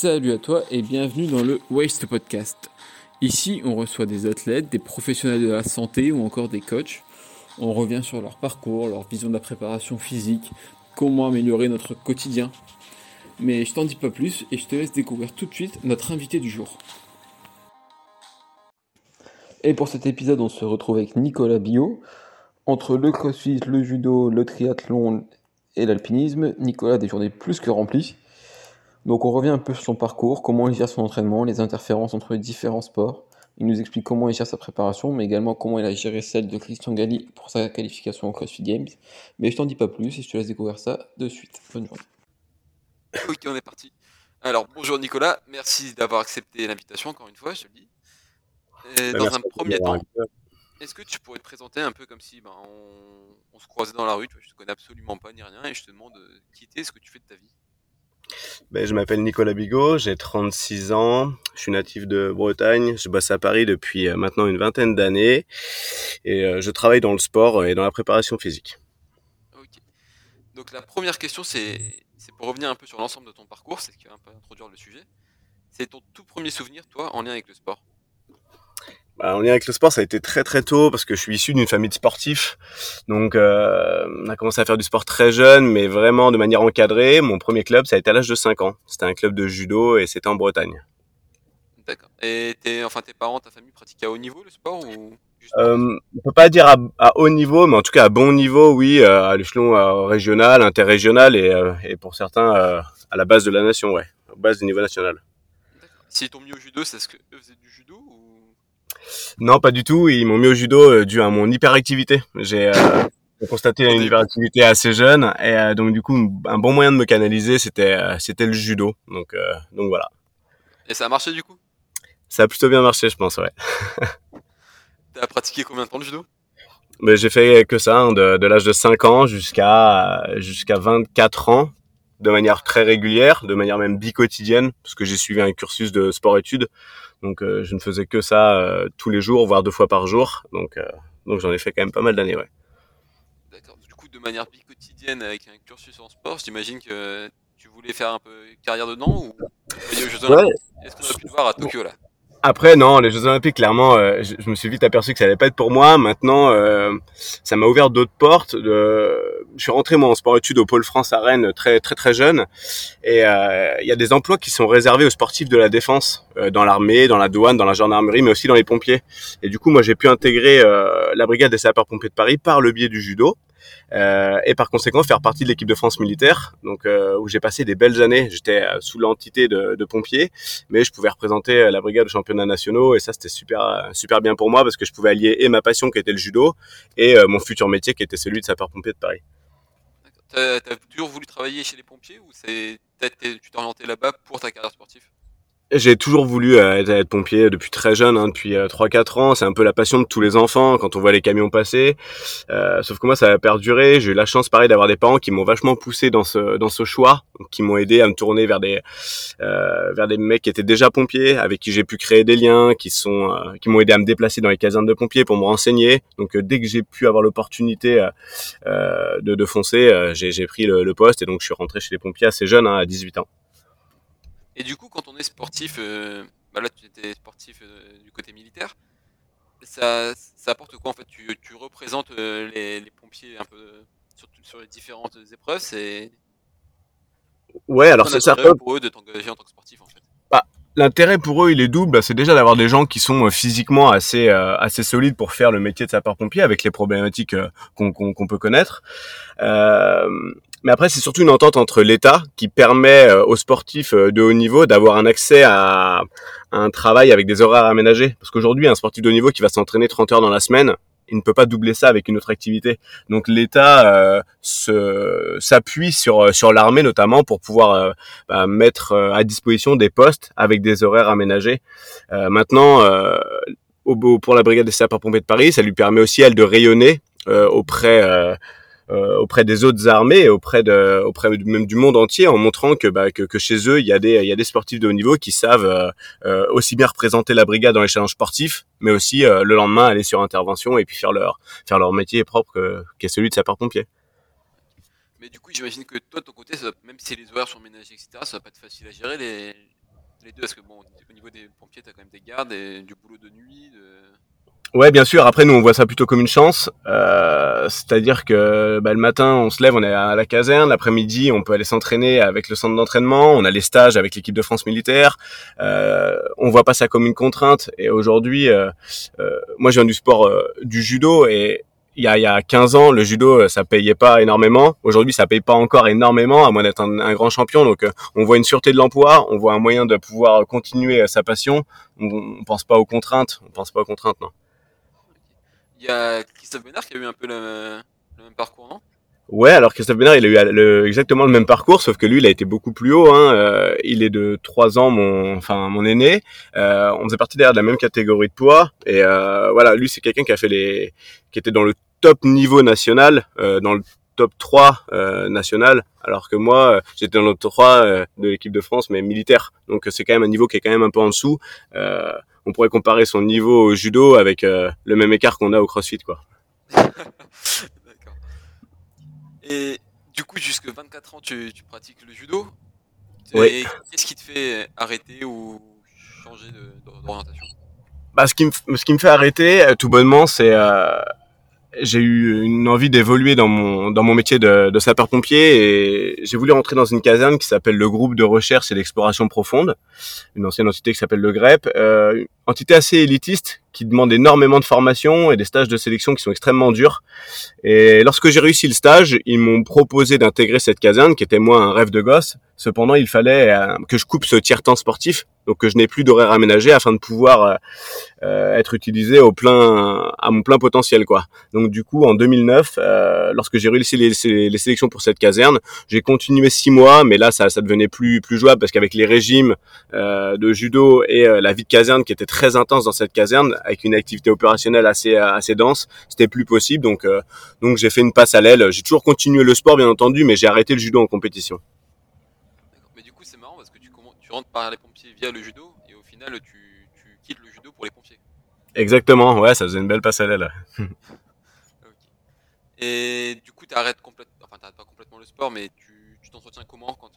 Salut à toi et bienvenue dans le Waste Podcast. Ici, on reçoit des athlètes, des professionnels de la santé ou encore des coachs. On revient sur leur parcours, leur vision de la préparation physique, comment améliorer notre quotidien. Mais je t'en dis pas plus et je te laisse découvrir tout de suite notre invité du jour. Et pour cet épisode, on se retrouve avec Nicolas Biot. Entre le crossfit, le judo, le triathlon et l'alpinisme, Nicolas a des journées plus que remplies. Donc on revient un peu sur son parcours, comment il gère son entraînement, les interférences entre les différents sports. Il nous explique comment il gère sa préparation, mais également comment il a géré celle de Christian Galli pour sa qualification au CrossFit Games. Mais je t'en dis pas plus et je te laisse découvrir ça de suite. Bonne journée. Ok, on est parti. Alors, bonjour Nicolas, merci d'avoir accepté l'invitation encore une fois, je te le dis. Dans Merci un à toi premier d'avoir temps, invité. est-ce que tu pourrais te présenter un peu comme si on se croisait dans la rue, tu vois, je te connais absolument pas ni rien, et je te demande qui t'es, ce que tu fais de ta vie. Je m'appelle Nicolas Bigot, j'ai 36 ans, je suis natif de Bretagne, je bosse à Paris depuis maintenant une vingtaine d'années et je travaille dans le sport et dans la préparation physique. Ok. Donc la première question, c'est pour revenir un peu sur l'ensemble de ton parcours, c'est ce qui va un peu introduire le sujet. C'est ton tout premier souvenir, toi, en lien avec le sport. En lien avec le sport, ça a été très très tôt parce que je suis issu d'une famille de sportifs. Donc on a commencé à faire du sport très jeune, mais vraiment de manière encadrée. Mon premier club, ça a été à l'âge de 5 ans. C'était un club de judo et c'était en Bretagne. D'accord. Et tes parents, ta famille pratiquaient à haut niveau le sport ou juste par passion? On peut pas dire à haut niveau, mais en tout cas à bon niveau, oui, à l'échelon régional, interrégional et pour certains à la base de la nation, ouais, à base du niveau national. D'accord. S'ils t'ont mis au judo, c'est parce que eux faisaient du judo ou... Non, pas du tout. Ils m'ont mis au judo dû à mon hyperactivité. J'ai constaté Au une début. hyperactivité assez jeune et donc du coup un bon moyen de me canaliser c'était le judo. Donc voilà. Et ça a marché du coup? Ça a plutôt bien marché, je pense, ouais. T'as pratiqué combien de temps le judo? Mais j'ai fait que ça, hein, de l'âge de 5 ans jusqu'à 24 ans, de manière très régulière, de manière même bi-quotidienne, parce que j'ai suivi un cursus de sport-études. Donc je ne faisais que ça tous les jours, voire 2 fois par jour. Donc j'en ai fait quand même pas mal d'années, ouais. D'accord. Du coup, de manière quotidienne avec un cursus en sport, j'imagine que tu voulais faire un peu carrière dedans ou tu te voyais aux Jeux Ouais. Olympiques? Est-ce qu'on a pu te voir à Tokyo là? Après, non, les Jeux Olympiques, clairement, je me suis vite aperçu que ça allait pas être pour moi. Maintenant, ça m'a ouvert d'autres portes. Je suis rentré moi en sport-études au Pôle France à Rennes très très très jeune, et il y a des emplois qui sont réservés aux sportifs de la défense, dans l'armée, dans la douane, dans la gendarmerie, mais aussi dans les pompiers. Et du coup, moi, j'ai pu intégrer la brigade des sapeurs-pompiers de Paris par le biais du judo. Et par conséquent faire partie de l'équipe de France militaire, donc où j'ai passé des belles années. J'étais sous l'entité de pompiers, mais je pouvais représenter la brigade aux championnats nationaux, et ça c'était super bien pour moi parce que je pouvais allier et ma passion qui était le judo et mon futur métier qui était celui de sapeur-pompier de Paris. D'accord. T'as toujours voulu travailler chez les pompiers ou tu t'es orienté là-bas pour ta carrière sportive? J'ai toujours voulu être pompier depuis très jeune, hein, depuis 3-4 ans. C'est un peu la passion de tous les enfants quand on voit les camions passer. Sauf que moi, ça a perduré. J'ai eu la chance, pareil, d'avoir des parents qui m'ont vachement poussé dans ce choix, qui m'ont aidé à me tourner vers des mecs qui étaient déjà pompiers, avec qui j'ai pu créer des liens, qui m'ont aidé à me déplacer dans les casernes de pompiers pour me renseigner. Donc dès que j'ai pu avoir l'opportunité de foncer, j'ai pris le poste, et donc je suis rentré chez les pompiers assez jeune, hein, à 18 ans. Et du coup, quand on est sportif, là tu étais sportif du côté militaire, ça apporte quoi en fait? Tu représentes les pompiers un peu sur les différentes épreuves, Ouais, c'est alors quoi c'est ça. l'intérêt pour eux de t'engager en tant que sportif en fait? Bah, l'intérêt pour eux, il est double. Bah, c'est déjà d'avoir des gens qui sont physiquement assez solides pour faire le métier de sapeur-pompier avec les problématiques qu'on peut connaître. Euh, mais après, c'est surtout une entente entre l'État qui permet aux sportifs de haut niveau d'avoir un accès à un travail avec des horaires aménagés. Parce qu'aujourd'hui, un sportif de haut niveau qui va s'entraîner 30 heures dans la semaine, il ne peut pas doubler ça avec une autre activité. Donc l'État s'appuie sur l'armée notamment pour pouvoir mettre à disposition des postes avec des horaires aménagés. Maintenant, pour la brigade des sapeurs-pompiers de Paris, ça lui permet aussi, elle, de rayonner auprès des autres armées et auprès même du monde entier, en montrant que chez eux il y a des sportifs de haut niveau qui savent aussi bien représenter la brigade dans les challenges sportifs, mais aussi le lendemain aller sur intervention et puis faire leur métier propre qui est celui de sapeur-pompier. Mais du coup, j'imagine que toi, de ton côté, même si les horaires sont ménagés, etc., ça va pas être facile à gérer les deux, parce que bon, au niveau des pompiers, t'as quand même des gardes et du boulot de nuit. Ouais, bien sûr. Après, nous, on voit ça plutôt comme une chance. C'est-à-dire que le matin, on se lève, on est à la caserne. L'après-midi, on peut aller s'entraîner avec le centre d'entraînement. On a les stages avec l'équipe de France militaire. On voit pas ça comme une contrainte. Et aujourd'hui, moi, je viens du sport du judo et il y a 15 ans, le judo, ça payait pas énormément. Aujourd'hui, ça paye pas encore énormément, à moins d'être un grand champion. Donc, on voit une sûreté de l'emploi, on voit un moyen de pouvoir continuer sa passion. On pense pas aux contraintes. On pense pas aux contraintes, non. Il y a Christophe Bénard qui a eu un peu le même parcours, non? Ouais, alors Christophe Bénard, il a eu exactement le même parcours, sauf que lui, il a été beaucoup plus haut. Il est de 3 ans, mon aîné. On faisait partie d'ailleurs de la même catégorie de poids. Et voilà, lui, c'est quelqu'un qui était dans le top niveau national, dans le top 3 national, alors que moi, j'étais dans le top 3 de l'équipe de France, mais militaire. Donc c'est quand même un niveau qui est quand même un peu en dessous. On pourrait comparer son niveau au judo avec le même écart qu'on a au CrossFit, quoi. D'accord. Et du coup, jusque 24 ans, tu pratiques le judo. Oui. Et qu'est-ce qui te fait arrêter ou changer d'orientation? Ce qui me fait arrêter, tout bonnement, c'est j'ai eu une envie d'évoluer dans mon métier de sapeur-pompier et j'ai voulu rentrer dans une caserne qui s'appelle le groupe de recherche et d'exploration profonde, une ancienne entité qui s'appelle le GREP, entité assez élitiste qui demande énormément de formation et des stages de sélection qui sont extrêmement durs. Et lorsque j'ai réussi le stage, ils m'ont proposé d'intégrer cette caserne qui était moi un rêve de gosse. Cependant, il fallait que je coupe ce tiers-temps sportif, donc que je n'ai plus d'horaire aménagé afin de pouvoir être utilisé à mon plein potentiel, quoi. Donc du coup, en 2009, lorsque j'ai réussi les sélections pour cette caserne, j'ai continué 6 mois, mais là ça devenait plus jouable parce qu'avec les régimes de judo et la vie de caserne qui était très intense dans cette caserne, avec une activité opérationnelle assez dense, c'était plus possible. Donc j'ai fait une passe à l'aile. J'ai toujours continué le sport, bien entendu, mais j'ai arrêté le judo en compétition. D'accord. Mais du coup, c'est marrant parce que tu rentres par les pompiers via le judo et au final, tu quittes le judo pour les pompiers. Exactement, ouais, ça faisait une belle passe à l'aile. Ok. Et du coup, t'arrêtes pas complètement le sport, mais tu t'entretiens comment quand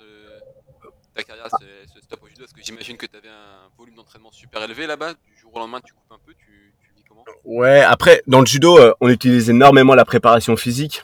ta carrière se stoppe au judo? Parce que j'imagine que tu avais un volume d'entraînement super élevé là-bas. Du jour au lendemain, tu coupes un peu, tu vis comment? Ouais, après, dans le judo, on utilise énormément la préparation physique.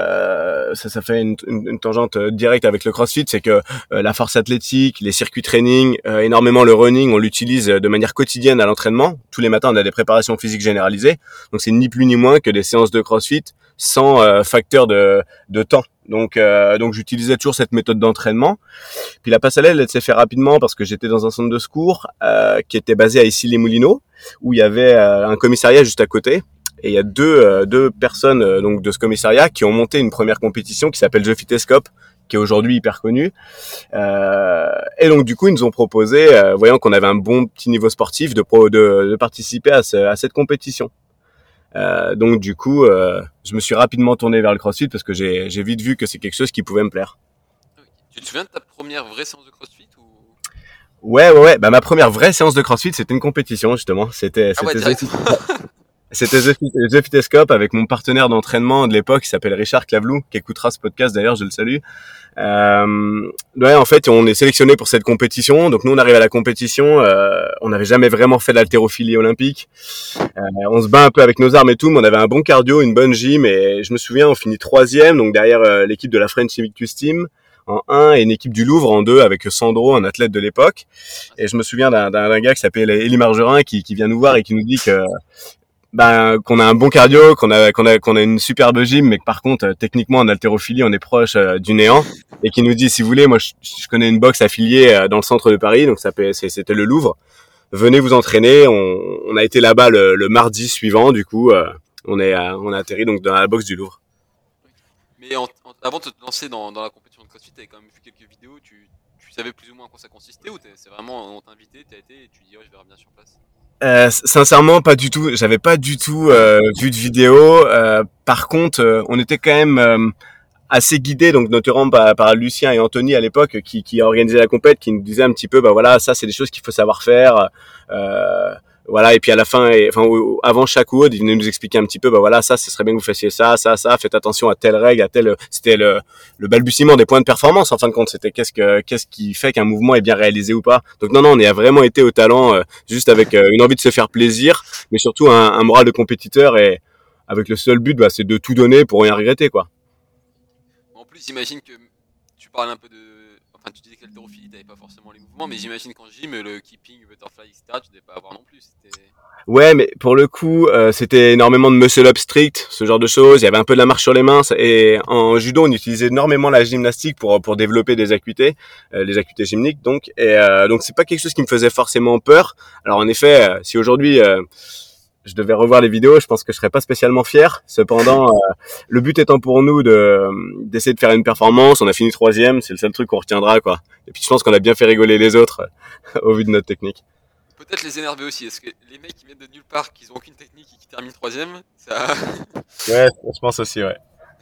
Ça fait une tangente directe avec le CrossFit, c'est que la force athlétique, les circuits training, énormément le running, on l'utilise de manière quotidienne à l'entraînement. Tous les matins, on a des préparations physiques généralisées. Donc c'est ni plus ni moins que des séances de CrossFit sans facteur de temps. Donc j'utilisais toujours cette méthode d'entraînement. Puis la passe à l'aile, elle s'est fait rapidement parce que j'étais dans un centre de secours qui était basé à Issy-les-Moulineaux, où il y avait un commissariat juste à côté. Et il y a deux personnes donc de ce commissariat qui ont monté une première compétition qui s'appelle The Fitescope, qui est aujourd'hui hyper connue. Et donc du coup, ils nous ont proposé, voyant qu'on avait un bon petit niveau sportif, de participer à cette compétition. Donc du coup, je me suis rapidement tourné vers le CrossFit parce que j'ai vite vu que c'est quelque chose qui pouvait me plaire. Okay. Tu te souviens de ta première vraie séance de CrossFit ou... Ouais. Bah ma première vraie séance de CrossFit, c'était une compétition justement. C'était The Fitescope avec mon partenaire d'entraînement de l'époque qui s'appelle Richard Clavelou, qui écoutera ce podcast d'ailleurs, je le salue. Ouais, en fait, on est sélectionné pour cette compétition. Donc nous, on arrive à la compétition. On n'avait jamais vraiment fait d'haltérophilie olympique. On se bat un peu avec nos armes et tout, mais on avait un bon cardio, une bonne gym. Et je me souviens, on finit 3e, donc derrière l'équipe de la French Invictus Team en 1 et une équipe du Louvre en 2 avec Sandro, un athlète de l'époque. Et je me souviens d'un gars qui s'appelle Élie Margerin qui vient nous voir et qui nous dit que qu'on a un bon cardio, qu'on a une superbe gym, mais que par contre techniquement en haltérophilie on est proche du néant, et qui nous dit si vous voulez, moi je connais une box affiliée dans le centre de Paris, donc c'était le Louvre. Venez vous entraîner. On a été là-bas le mardi suivant, du coup on a atterri donc dans la box du Louvre. Mais avant de te lancer dans la compétition de CrossFit, tu avais quand même vu quelques vidéos, tu savais plus ou moins en quoi ça consistait, ou c'est vraiment on t'a invité, t'as été et tu dis ouais, je verrai bien sur place? Sincèrement, pas du tout. J'avais pas du tout vu de vidéo. Par contre, on était quand même assez guidés, donc notamment par Lucien et Anthony à l'époque, qui a organisé la compète, qui nous disaient un petit peu, bah voilà, ça c'est des choses qu'il faut savoir faire. Voilà, et puis à la fin, avant chaque WOD, il venait nous expliquer un petit peu, bah voilà, ça, ce serait bien que vous fassiez ça, faites attention à telle règle, à telle, c'était le balbutiement des points de performance, en fin de compte, c'était qu'est-ce qui fait qu'un mouvement est bien réalisé ou pas. Donc non, on a vraiment été au talent, juste avec une envie de se faire plaisir, mais surtout un moral de compétiteur et avec le seul but, bah, c'est de tout donner pour rien regretter, quoi. En plus, j'imagine que tu parles un peu de. Enfin, tu disais que l'haltérophilie, t'avais pas forcément les mouvements, mais j'imagine qu'en gym, le keeping, butterfly, etc., tu devais pas avoir non plus. C'était. Ouais, mais pour le coup, c'était énormément de muscle up strict, ce genre de choses. Il y avait un peu de la marche sur les mains. Et en judo, on utilisait énormément la gymnastique pour développer des acuités, les acuités gymniques. Donc c'est pas quelque chose qui me faisait forcément peur. Alors en effet, si aujourd'hui je devais revoir les vidéos, je pense que je serais pas spécialement fier. Cependant, le but étant pour nous d'essayer de faire une performance, on a fini 3e, c'est le seul truc qu'on retiendra, quoi. Et puis je pense qu'on a bien fait rigoler les autres au vu de notre technique. Peut-être les énerver aussi, parce que les mecs qui viennent de nulle part, qui ont aucune technique et qui terminent 3ème, ça. Ouais, je pense aussi, ouais.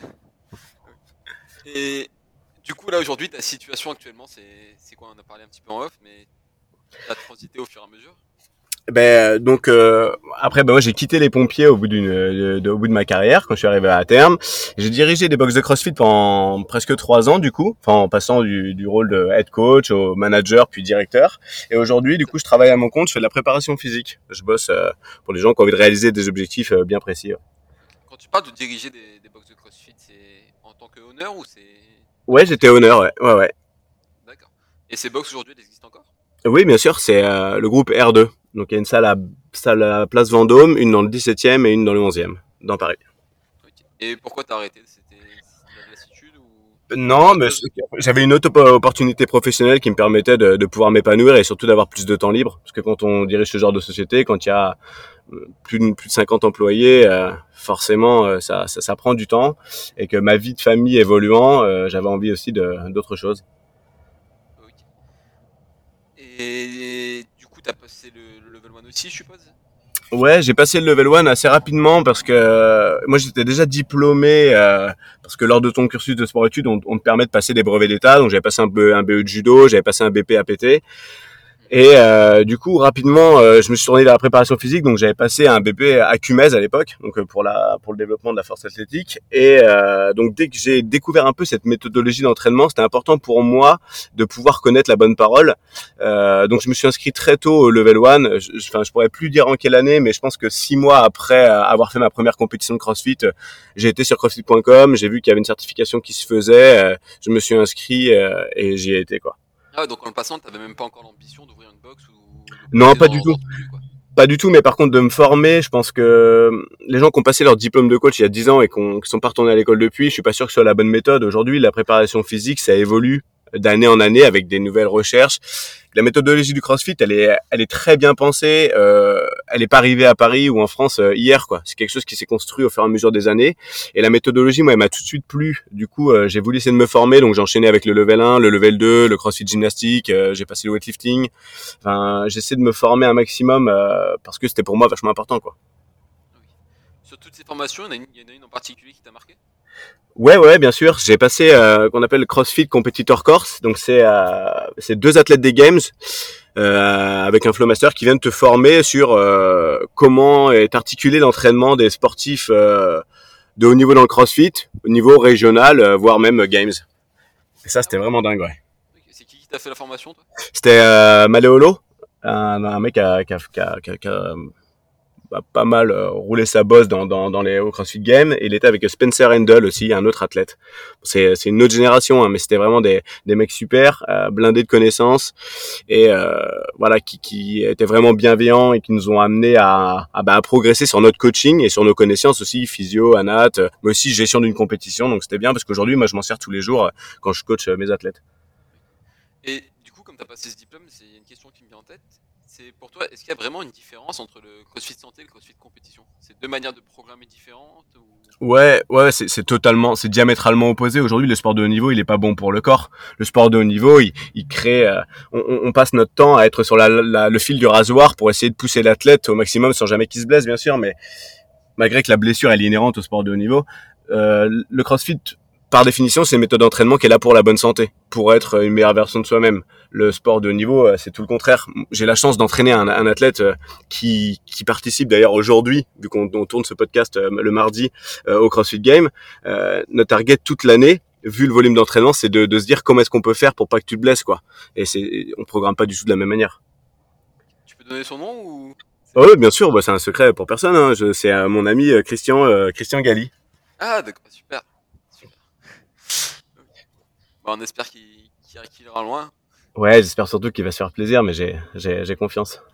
Et du coup, là aujourd'hui, ta situation actuellement, c'est quoi? On a parlé un petit peu en off, mais t'as transité au fur et à mesure. Donc après moi j'ai quitté les pompiers au bout au bout de ma carrière quand je suis arrivé à terme. J'ai dirigé des box de CrossFit pendant presque 3 ans du coup, enfin en passant du rôle de head coach au manager puis directeur. Et aujourd'hui du coup je travaille à mon compte, je fais de la préparation physique. Je bosse pour les gens qui ont envie de réaliser des objectifs bien précis. Quand tu parles de diriger des box de CrossFit, c'est en tant que honneur ou c'est. Ouais, j'étais honneur, ouais. D'accord. Et ces box aujourd'hui, elles existent encore? Oui, bien sûr, c'est le groupe R2. Donc il y a une salle à Place Vendôme, une dans le 17e et une dans le 11e, dans Paris. Okay. Et pourquoi t'as arrêté? C'était la lassitude ou Non, mais j'avais une autre opportunité professionnelle qui me permettait de pouvoir m'épanouir et surtout d'avoir plus de temps libre. Parce que quand on dirige ce genre de société, quand il y a plus de 50 employés, forcément, ça prend du temps. Et que ma vie de famille évoluant, j'avais envie aussi d'autre chose. Okay. Et du coup, t'as passé le level 1 aussi, je suppose? Ouais, j'ai passé le level 1 assez rapidement parce que moi j'étais déjà diplômé parce que lors de ton cursus de sport-études, on te permet de passer des brevets d'état. Donc j'avais passé un BE de judo, j'avais passé un BP APT. Et du coup, rapidement, je me suis tourné vers la préparation physique, donc j'avais passé un BP à Cumez à l'époque, donc pour le développement de la force athlétique. Et donc dès que j'ai découvert un peu cette méthodologie d'entraînement, c'était important pour moi de pouvoir connaître la bonne parole. Donc je me suis inscrit très tôt au level 1. Je pourrais plus dire en quelle année, mais je pense que 6 mois après avoir fait ma première compétition de CrossFit, j'ai été sur CrossFit.com, j'ai vu qu'il y avait une certification qui se faisait, je me suis inscrit et j'y ai été, quoi. Ah ouais, donc en le passant, t'avais même pas encore l'ambition d'ouvrir une box ou de Non, passer pas du tout. dans ce milieu, quoi. Pas du tout, mais par contre de me former, je pense que les gens qui ont passé leur diplôme de coach il y a 10 ans et qui sont pas retournés à l'école depuis, je suis pas sûr que ce soit la bonne méthode. Aujourd'hui, la préparation physique, ça évolue d'année en année avec des nouvelles recherches. La méthodologie du CrossFit, elle est très bien pensée. Elle est pas arrivée à Paris ou en France hier, quoi. C'est quelque chose qui s'est construit au fur et à mesure des années. Et la méthodologie, moi, elle m'a tout de suite plu. Du coup, j'ai voulu essayer de me former, donc j'ai enchaîné avec le level 1, le level 2, le CrossFit gymnastique. J'ai passé le weightlifting. Enfin, j'essaie de me former un maximum parce que c'était pour moi vachement important, quoi. Oui. Sur toutes ces formations, il y en a une en particulier qui t'a marqué? Ouais, bien sûr. J'ai passé qu'on appelle CrossFit Competitor Course. Donc c'est 2 athlètes des Games avec un Flowmaster qui viennent te former sur comment est articulé l'entraînement des sportifs de haut niveau dans le CrossFit, au niveau régional, voire même Games. Et ça, c'était vraiment dingue, ouais. C'est qui t'a fait la formation, toi? C'était Maléolo, un mec qui a pas mal roulé sa bosse dans les CrossFit Games. Et il était avec Spencer Handel aussi, un autre athlète. C'est une autre génération, hein, mais c'était vraiment des mecs super, blindés de connaissances et voilà qui étaient vraiment bienveillants et qui nous ont amenés à progresser sur notre coaching et sur nos connaissances aussi, physio, anat, mais aussi gestion d'une compétition. Donc c'était bien parce qu'aujourd'hui, moi, je m'en sers tous les jours quand je coach mes athlètes. Et du coup, comme tu as passé ce diplôme, c'est une question qui me vient en tête. C'est pour toi, est-ce qu'il y a vraiment une différence entre le CrossFit santé et le CrossFit compétition? C'est deux manières de programmer différentes ou... Ouais, c'est diamétralement opposé. Aujourd'hui, le sport de haut niveau, il est pas bon pour le corps. Le sport de haut niveau, il crée, on passe notre temps à être sur le fil du rasoir pour essayer de pousser l'athlète au maximum sans jamais qu'il se blesse, bien sûr, mais malgré que la blessure, elle est inhérente au sport de haut niveau. Le CrossFit par définition, c'est une méthode d'entraînement qui est là pour la bonne santé, pour être une meilleure version de soi-même. Le sport de haut niveau, c'est tout le contraire. J'ai la chance d'entraîner un athlète qui participe d'ailleurs aujourd'hui, vu qu'on tourne ce podcast le mardi au CrossFit Games. Notre target toute l'année, vu le volume d'entraînement, c'est de se dire comment est-ce qu'on peut faire pour pas que tu te blesses, quoi. Et on programme pas du tout de la même manière. Tu peux donner son nom ou... Oh oui, bien sûr, c'est un secret pour personne. Hein. C'est mon ami Christian Galli. Ah, d'accord, super. On espère qu'il ira loin. Ouais, j'espère surtout qu'il va se faire plaisir, mais j'ai confiance.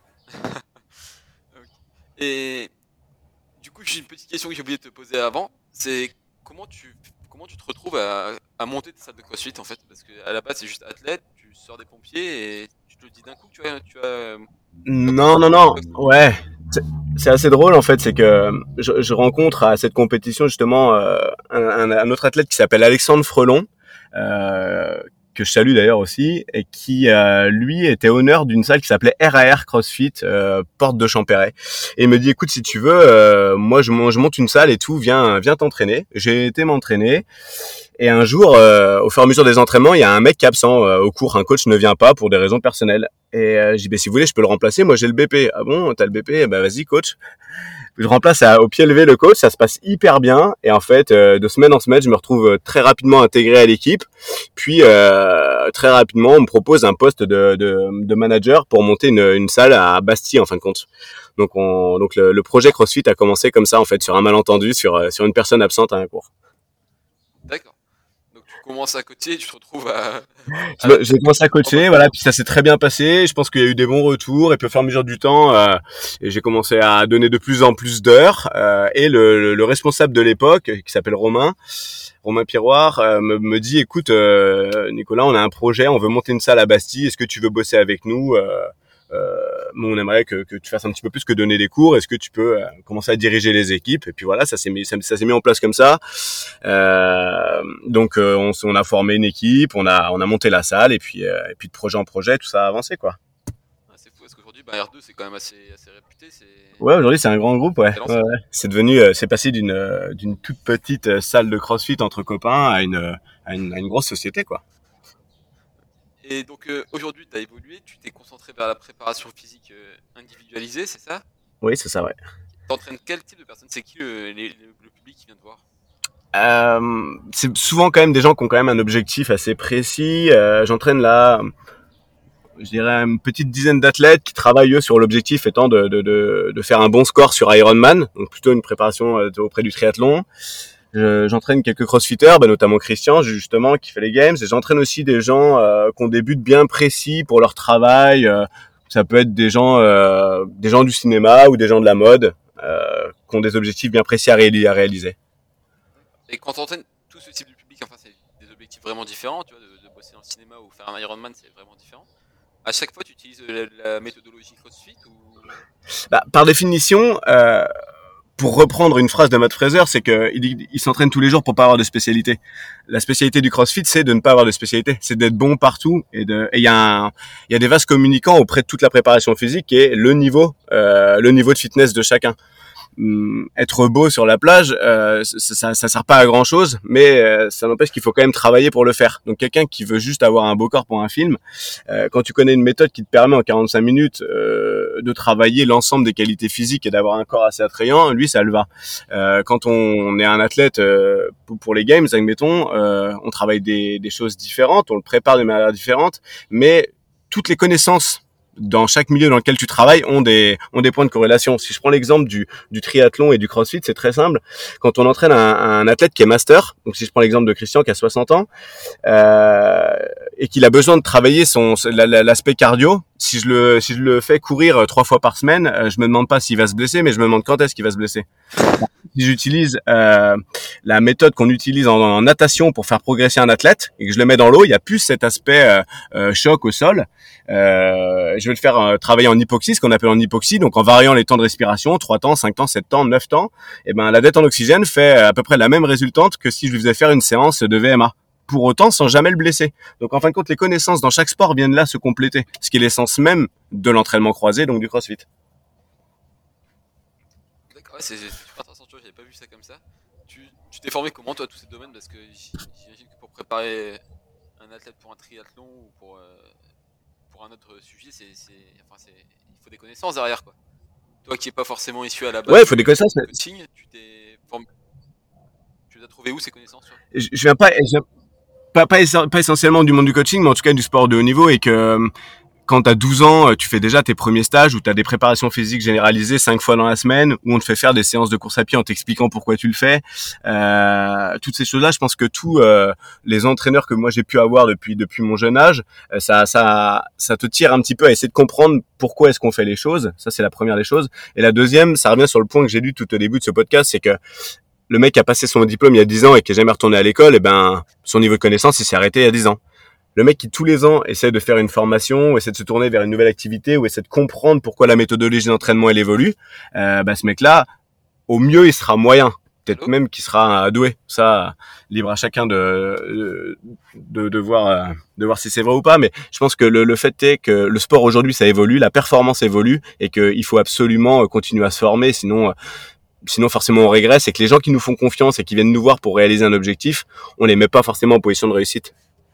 Okay. Et du coup, j'ai une petite question que j'ai oublié de te poser avant. C'est comment tu te retrouves à monter tes salles de CrossFit en fait? Parce qu'à la base, c'est juste athlète, tu sors des pompiers et tu te le dis d'un coup que tu as Non, ouais. C'est assez drôle en fait, c'est que je rencontre à cette compétition justement un autre athlète qui s'appelle Alexandre Frelon, que je salue d'ailleurs aussi, et qui lui était honneur d'une salle qui s'appelait RAR CrossFit, porte de Champéret. Et il me dit écoute, si tu veux, moi je monte une salle et tout, viens t'entraîner. J'ai été m'entraîner. Et un jour, au fur et à mesure des entraînements, il y a un mec qui est absent au cours, un coach ne vient pas pour des raisons personnelles. Et je dis si vous voulez, je peux le remplacer, moi j'ai le BP. Ah bon, t'as le BP? Vas-y coach. Je remplace au pied levé le coach, ça se passe hyper bien. Et en fait, de semaine en semaine, je me retrouve très rapidement intégré à l'équipe. Puis très rapidement, on me propose un poste de manager pour monter une salle à Bastille en fin de compte. Donc le projet CrossFit a commencé comme ça en fait, sur un malentendu, sur une personne absente à un cours. D'accord. Donc tu commences à coacher, tu te retrouves à... J'ai commencé à coacher, voilà, puis ça s'est très bien passé. Je pense qu'il y a eu des bons retours, et puis au fur et à mesure du temps, et j'ai commencé à donner de plus en plus d'heures. Et le responsable de l'époque, qui s'appelle Romain Piroir, me dit écoute, Nicolas, on a un projet, on veut monter une salle à Bastille. Est-ce que tu veux bosser avec nous? On aimerait que tu fasses un petit peu plus que donner des cours. Est-ce que tu peux commencer à diriger les équipes? Et puis voilà, ça s'est mis en place comme ça. Donc on a formé une équipe, on a monté la salle, et puis de projet en projet, tout ça a avancé, quoi. C'est fou parce qu'aujourd'hui, R2 c'est quand même assez réputé. Ouais, aujourd'hui c'est un grand groupe, ouais. C'est devenu, c'est passé d'une toute petite salle de CrossFit entre copains à une grosse société, quoi. Et donc aujourd'hui, tu as évolué, tu t'es concentré vers la préparation physique individualisée, c'est ça? Oui, c'est ça, ouais. T'entraînes quel type de personnes? C'est qui le public qui vient te voir? C'est souvent quand même des gens qui ont quand même un objectif assez précis. J'entraîne là, je dirais, une petite dizaine d'athlètes qui travaillent eux sur l'objectif étant de faire un bon score sur Ironman, donc plutôt une préparation auprès du triathlon. J'entraîne quelques crossfitters, notamment Christian justement qui fait les games, et j'entraîne aussi des gens qui ont des buts bien précis pour leur travail. Ça peut être des gens du cinéma ou des gens de la mode qui ont des objectifs bien précis à réaliser. Et quand t'entraînes tout ce type de public, enfin c'est des objectifs vraiment différents, tu vois, de bosser dans le cinéma ou faire un Ironman, c'est vraiment différent. À chaque fois, tu utilises la méthodologie CrossFit ou... Par définition, pour reprendre une phrase de Matt Fraser, c'est qu'il s'entraîne tous les jours pour pas avoir de spécialité. La spécialité du CrossFit, c'est de ne pas avoir de spécialité, c'est d'être bon partout. Et il y a des vases communicants auprès de toute la préparation physique, qui est le niveau de fitness de chacun. Être beau sur la plage, ça sert pas à grand chose, mais ça n'empêche qu'il faut quand même travailler pour le faire. Donc quelqu'un qui veut juste avoir un beau corps pour un film, quand tu connais une méthode qui te permet en 45 minutes de travailler l'ensemble des qualités physiques et d'avoir un corps assez attrayant, lui ça le va. Quand on est un athlète pour les games, admettons, on travaille des choses différentes, on le prépare de manière différente, mais toutes les connaissances dans chaque milieu dans lequel tu travailles ont des points de corrélation. Si je prends l'exemple du triathlon et du CrossFit, c'est très simple. Quand on entraîne un athlète qui est master, donc si je prends l'exemple de Christian qui a 60 ans et qu'il a besoin de travailler l'aspect cardio, si je le fais courir 3 fois par semaine, je me demande pas s'il va se blesser, mais je me demande quand est-ce qu'il va se blesser. Si j'utilise la méthode qu'on utilise en natation pour faire progresser un athlète et que je le mets dans l'eau, il y a plus cet aspect choc au sol. Je vais le faire travailler en hypoxie, ce qu'on appelle en hypoxie, donc en variant les temps de respiration, 3 temps, 5 temps, 7 temps, 9 temps. Et la dette en oxygène fait à peu près la même résultante que si je lui faisais faire une séance de VMA. Pour autant, sans jamais le blesser. Donc en fin de compte, les connaissances dans chaque sport viennent là se compléter, ce qui est l'essence même de l'entraînement croisé, donc du CrossFit. D'accord, ouais, c'est super intéressant, tu vois, j'avais pas vu ça comme ça. tu t'es formé comment toi tous ces domaines? Parce que j'imagine que pour préparer un athlète pour un triathlon ou pour un autre sujet, il faut des connaissances derrière quoi. Toi qui n'es pas forcément issu à la base Ouais, il faut des connaissances. du coaching, tu les as trouvé où ces connaissances toi? Je viens pas essentiellement du monde du coaching, mais en tout cas du sport de haut niveau, et que quand t'as 12 ans, tu fais déjà tes premiers stages où t'as des préparations physiques généralisées 5 fois dans la semaine, où on te fait faire des séances de course à pied en t'expliquant pourquoi tu le fais. Toutes ces choses-là, je pense que tous les entraîneurs que moi j'ai pu avoir depuis mon jeune âge, ça te tire un petit peu à essayer de comprendre pourquoi est-ce qu'on fait les choses. Ça, c'est la première des choses. Et la deuxième, ça revient sur le point que j'ai lu tout au début de ce podcast, c'est que le mec qui a passé son diplôme il y a 10 ans et qui est jamais retourné à l'école, et ben son niveau de connaissance il s'est arrêté il y a 10 ans. Le mec qui tous les ans essaie de faire une formation, ou essaie de se tourner vers une nouvelle activité, ou essaie de comprendre pourquoi la méthodologie d'entraînement elle évolue, ce mec-là, au mieux il sera moyen, peut-être même qu'il sera doué. Ça, libre à chacun de voir si c'est vrai ou pas. Mais je pense que le fait est que le sport aujourd'hui ça évolue, la performance évolue, et qu'il faut absolument continuer à se former, sinon forcément on régresse, et que les gens qui nous font confiance et qui viennent nous voir pour réaliser un objectif, on les met pas forcément en position de réussite.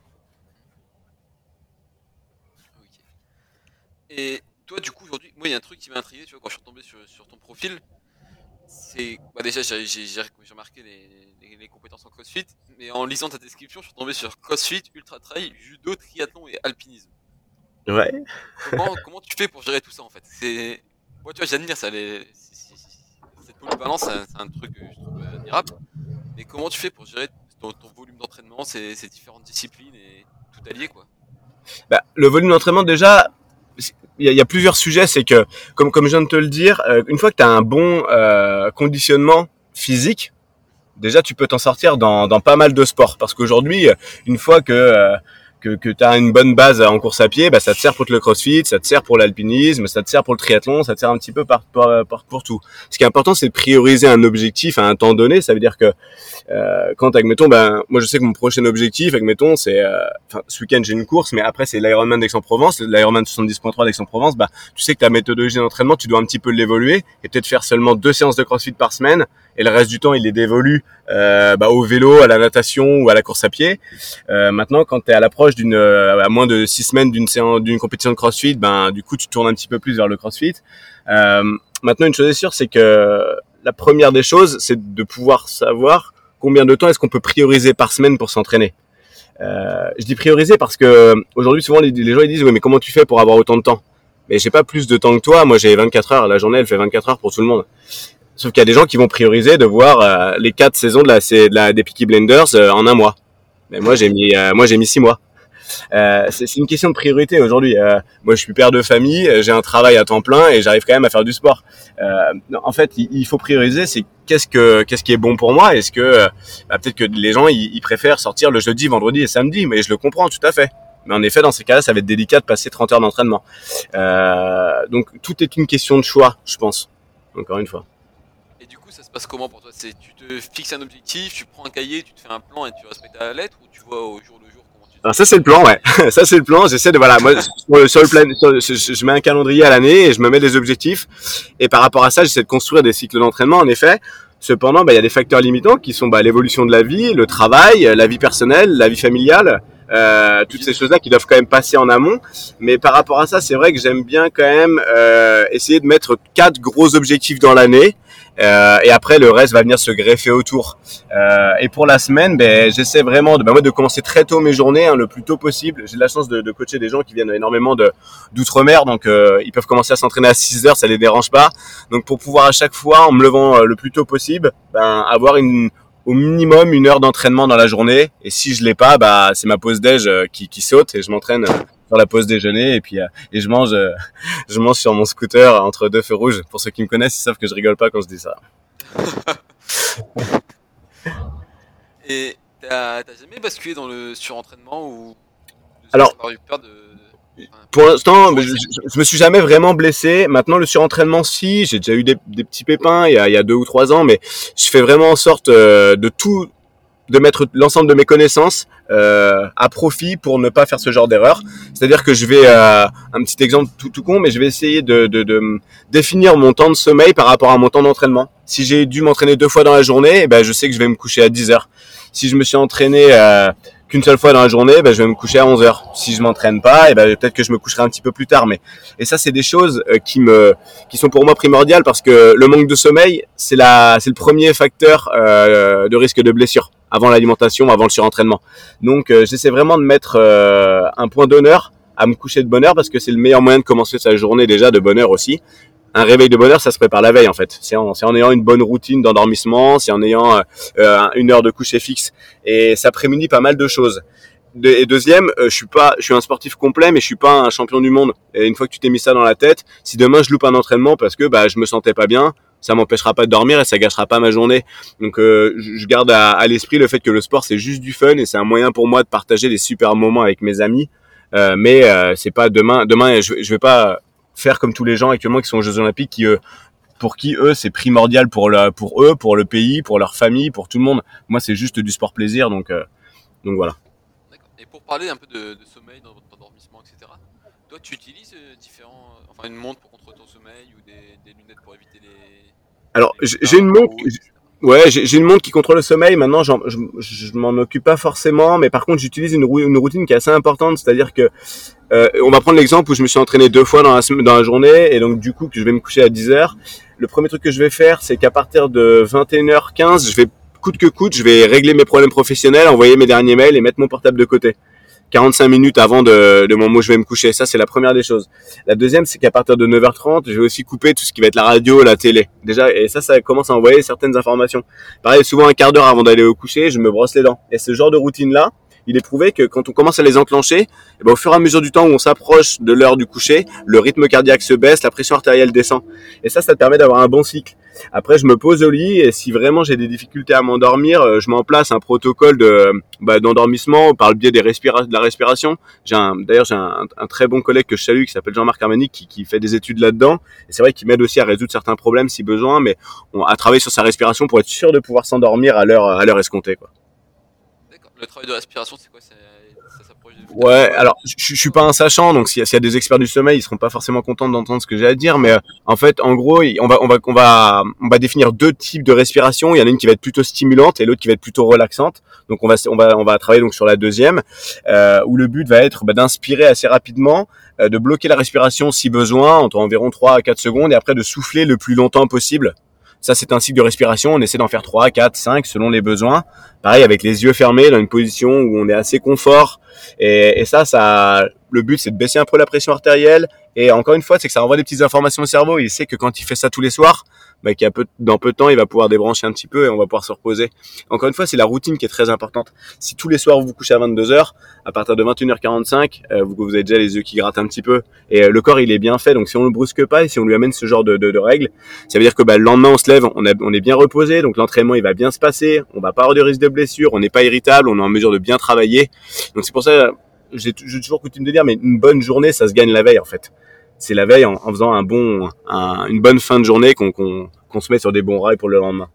Et toi, du coup, aujourd'hui, moi, il y a un truc qui m'a intrigué, tu vois, quand je suis retombé sur ton profil, c'est... Bah déjà, j'ai remarqué les compétences en CrossFit, mais en lisant ta description, je suis tombé sur CrossFit, Ultra Trail, Judo, Triathlon et Alpinisme. Ouais. Comment tu fais pour gérer tout ça, en fait? Moi, tu vois, j'admire ça, cette polyvalence, c'est un truc que je trouve admirable, mais comment tu fais pour gérer ton volume d'entraînement, ces différentes disciplines et tout allier, quoi? Le volume d'entraînement, déjà, il y a plusieurs sujets. C'est que, comme je viens de te le dire, une fois que tu as un bon conditionnement physique, déjà tu peux t'en sortir dans pas mal de sports. Parce qu'aujourd'hui, une fois que tu as une bonne base en course à pied, ça te sert pour le crossfit, ça te sert pour l'alpinisme, ça te sert pour le triathlon, ça te sert un petit peu pour tout. Ce qui est important, c'est de prioriser un objectif à un temps donné. Ça veut dire que quand, admettons, moi je sais que mon prochain objectif, admettons, c'est, ce week-end j'ai une course, mais après c'est l'Ironman d'Aix-en-Provence, l'Ironman 70.3 d'Aix-en-Provence. Tu sais que ta méthodologie d'entraînement, tu dois un petit peu l'évoluer et peut-être faire seulement 2 séances de crossfit par semaine, et le reste du temps il est dévolu au vélo, à la natation ou à la course à pied. Maintenant, quand tu es à l'approche à moins de 6 semaines d'une compétition de crossfit, du coup tu tournes un petit peu plus vers le crossfit. Maintenant, une chose est sûre, c'est que la première des choses, c'est de pouvoir savoir combien de temps est-ce qu'on peut prioriser par semaine pour s'entraîner. Je dis prioriser parce que aujourd'hui, souvent, les gens ils disent « Oui, mais comment tu fais pour avoir autant de temps ?» Mais j'ai pas plus de temps que toi. Moi, j'ai 24 heures. La journée, elle fait 24 heures pour tout le monde. Sauf qu'il y a des gens qui vont prioriser de voir les 4 saisons des Peaky Blinders en un mois. Mais moi, j'ai mis 6 mois. C'est une question de priorité aujourd'hui. Moi, je suis père de famille, j'ai un travail à temps plein et j'arrive quand même à faire du sport. En fait, il faut prioriser. C'est qu'est-ce qui est bon pour moi. Est-ce que peut-être que les gens ils préfèrent sortir le jeudi, vendredi et samedi, mais je le comprends tout à fait. Mais en effet, dans ces cas-là, ça va être délicat de passer 30 heures d'entraînement. Donc, tout est une question de choix, je pense. Encore une fois. Et du coup, ça se passe comment pour toi? Tu te fixes un objectif, tu prends un cahier, tu te fais un plan et tu respectes à la lettre, ou tu vois au jour le jour comment tu te... Alors ça c'est le plan, ouais. Ça c'est le plan. J'essaie de moi sur le plan, je mets un calendrier à l'année et je me mets des objectifs. Et par rapport à ça, j'essaie de construire des cycles d'entraînement. En effet. Cependant, il y a des facteurs limitants qui sont l'évolution de la vie, le travail, la vie personnelle, la vie familiale. Toutes ces choses-là qui doivent quand même passer en amont. Mais par rapport à ça, c'est vrai que j'aime bien quand même essayer de mettre 4 gros objectifs dans l'année. Et après le reste va venir se greffer autour. Et pour la semaine, j'essaie vraiment de commencer très tôt mes journées, le plus tôt possible. J'ai de la chance de coacher des gens qui viennent énormément d'outre-mer, donc ils peuvent commencer à s'entraîner à 6 heures, ça les dérange pas. Donc pour pouvoir à chaque fois, en me levant le plus tôt possible, avoir au minimum 1 heure d'entraînement dans la journée. Et si je l'ai pas, c'est ma pause déj qui saute et je m'entraîne sur la pause déjeuner, et puis et je mange sur mon scooter entre 2 feux rouges. Pour ceux qui me connaissent, ils savent que je rigole pas quand je dis ça. Et t'as jamais basculé dans le surentraînement ou alors pour l'instant, je me suis jamais vraiment blessé. Maintenant, le surentraînement, si, j'ai déjà eu des petits pépins il y a 2 ou 3 ans, mais je fais vraiment en sorte de mettre l'ensemble de mes connaissances à profit pour ne pas faire ce genre d'erreur. C'est-à-dire que je vais, un petit exemple tout con, mais je vais essayer de définir mon temps de sommeil par rapport à mon temps d'entraînement. Si j'ai dû m'entraîner 2 fois dans la journée, je sais que je vais me coucher à 10h. Si je me suis entraîné qu'une seule fois dans la journée, je vais me coucher à 11h. Si je m'entraîne pas, peut-être que je me coucherai un petit peu plus tard. Et ça, c'est des choses qui sont pour moi primordiales parce que le manque de sommeil, c'est le premier facteur de risque de blessure avant l'alimentation, avant le surentraînement. Donc, j'essaie vraiment de mettre un point d'honneur à me coucher de bonne heure parce que c'est le meilleur moyen de commencer sa journée déjà de bonne heure aussi. Un réveil de bonne heure, ça se prépare la veille en fait. C'est en ayant une bonne routine d'endormissement, c'est en ayant une heure de coucher fixe et ça prémunit pas mal de choses. Et deuxième, je suis un sportif complet, mais je suis pas un champion du monde. Et une fois que tu t'es mis ça dans la tête, si demain je loupe un entraînement parce que je me sentais pas bien, ça m'empêchera pas de dormir et ça gâchera pas ma journée. Donc je garde à l'esprit le fait que le sport c'est juste du fun et c'est un moyen pour moi de partager des super moments avec mes amis. Mais c'est pas demain je vais pas faire comme tous les gens actuellement qui sont aux Jeux Olympiques pour qui c'est primordial pour eux, pour le pays, pour leur famille, pour tout le monde. Moi c'est juste du sport plaisir donc voilà. D'accord. Et pour parler un peu de sommeil, d'endormissement, etc. Toi tu utilises une montre pour contrôler ton sommeil ou des lunettes pour éviter les... Alors j'ai une montre. Ouais, j'ai une montre qui contrôle le sommeil. Maintenant, je m'en occupe pas forcément, mais par contre, j'utilise une routine qui est assez importante. C'est-à-dire que on va prendre l'exemple où je me suis entraîné 2 fois dans la journée, et donc du coup que je vais me coucher à 10h. Le premier truc que je vais faire, c'est qu'à partir de 21h15, je vais coûte que coûte, je vais régler mes problèmes professionnels, envoyer mes derniers mails et mettre mon portable de côté. 45 minutes avant de moment où je vais me coucher. Ça, c'est la première des choses. La deuxième, c'est qu'à partir de 9h30, je vais aussi couper tout ce qui va être la radio, la télé. Déjà, et ça commence à envoyer certaines informations. Pareil, souvent un quart d'heure avant d'aller au coucher, je me brosse les dents. Et ce genre de routine-là, il est prouvé que quand on commence à les enclencher, au fur et à mesure du temps où on s'approche de l'heure du coucher, le rythme cardiaque se baisse, la pression artérielle descend. Et ça te permet d'avoir un bon cycle. Après, je me pose au lit et si vraiment j'ai des difficultés à m'endormir, je mets en place un protocole d'endormissement par le biais de la respiration. D'ailleurs, j'ai un très bon collègue que je salue qui s'appelle Jean-Marc Armanic qui fait des études là-dedans. Et c'est vrai qu'il m'aide aussi à résoudre certains problèmes si besoin, mais à travailler sur sa respiration pour être sûr de pouvoir s'endormir à l'heure escomptée, quoi. D'accord. Le travail de respiration, c'est quoi? Ça s'approche de... Ouais, alors je suis pas un sachant, donc s'il y a des experts du sommeil, ils seront pas forcément contents d'entendre ce que j'ai à dire, mais en fait, en gros, on va définir 2 types de respiration. Il y en a une qui va être plutôt stimulante et l'autre qui va être plutôt relaxante. Donc on va travailler donc sur la deuxième, où le but va être d'inspirer assez rapidement, de bloquer la respiration si besoin, entre environ 3 à 4 secondes, et après de souffler le plus longtemps possible. Ça, c'est un cycle de respiration. On essaie d'en faire 3, 4, 5 selon les besoins. Pareil, avec les yeux fermés, dans une position où on est assez confort. Et ça, le but, c'est de baisser un peu la pression artérielle. Et encore une fois, c'est que ça envoie des petites informations au cerveau. Il sait que quand il fait ça tous les soirs, dans peu de temps, il va pouvoir débrancher un petit peu et on va pouvoir se reposer. Encore une fois, c'est la routine qui est très importante. Si tous les soirs vous vous couchez à 22h, à partir de 21h45, vous avez déjà les yeux qui grattent un petit peu. Et le corps, il est bien fait. Donc si on le brusque pas et si on lui amène ce genre de règles, ça veut dire que le lendemain, on se lève, on est bien reposé. Donc l'entraînement, il va bien se passer. On va pas avoir de risque de blessure. On n'est pas irritable. On est en mesure de bien travailler. Donc c'est pour ça, j'ai toujours coutume de dire, mais une bonne journée, ça se gagne la veille en fait. C'est la veille en faisant une bonne fin de journée qu'on se met sur des bons rails pour le lendemain.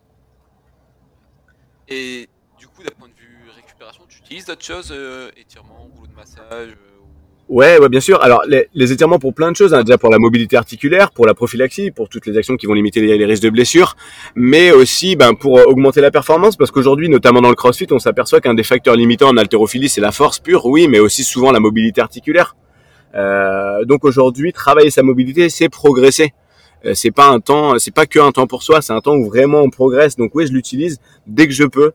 Et du coup, d'un point de vue récupération, tu utilises d'autres choses, étirements, rouleau de massage Ouais, bien sûr. Alors, les étirements pour plein de choses, hein. Déjà pour la mobilité articulaire, pour la prophylaxie, pour toutes les actions qui vont limiter les risques de blessures, mais aussi pour augmenter la performance, parce qu'aujourd'hui, notamment dans le CrossFit, on s'aperçoit qu'un des facteurs limitants en haltérophilie, c'est la force pure, oui, mais aussi souvent la mobilité articulaire. Donc aujourd'hui, travailler sa mobilité, c'est progresser. C'est pas que un temps pour soi, c'est un temps où vraiment on progresse. Donc oui, je l'utilise dès que je peux.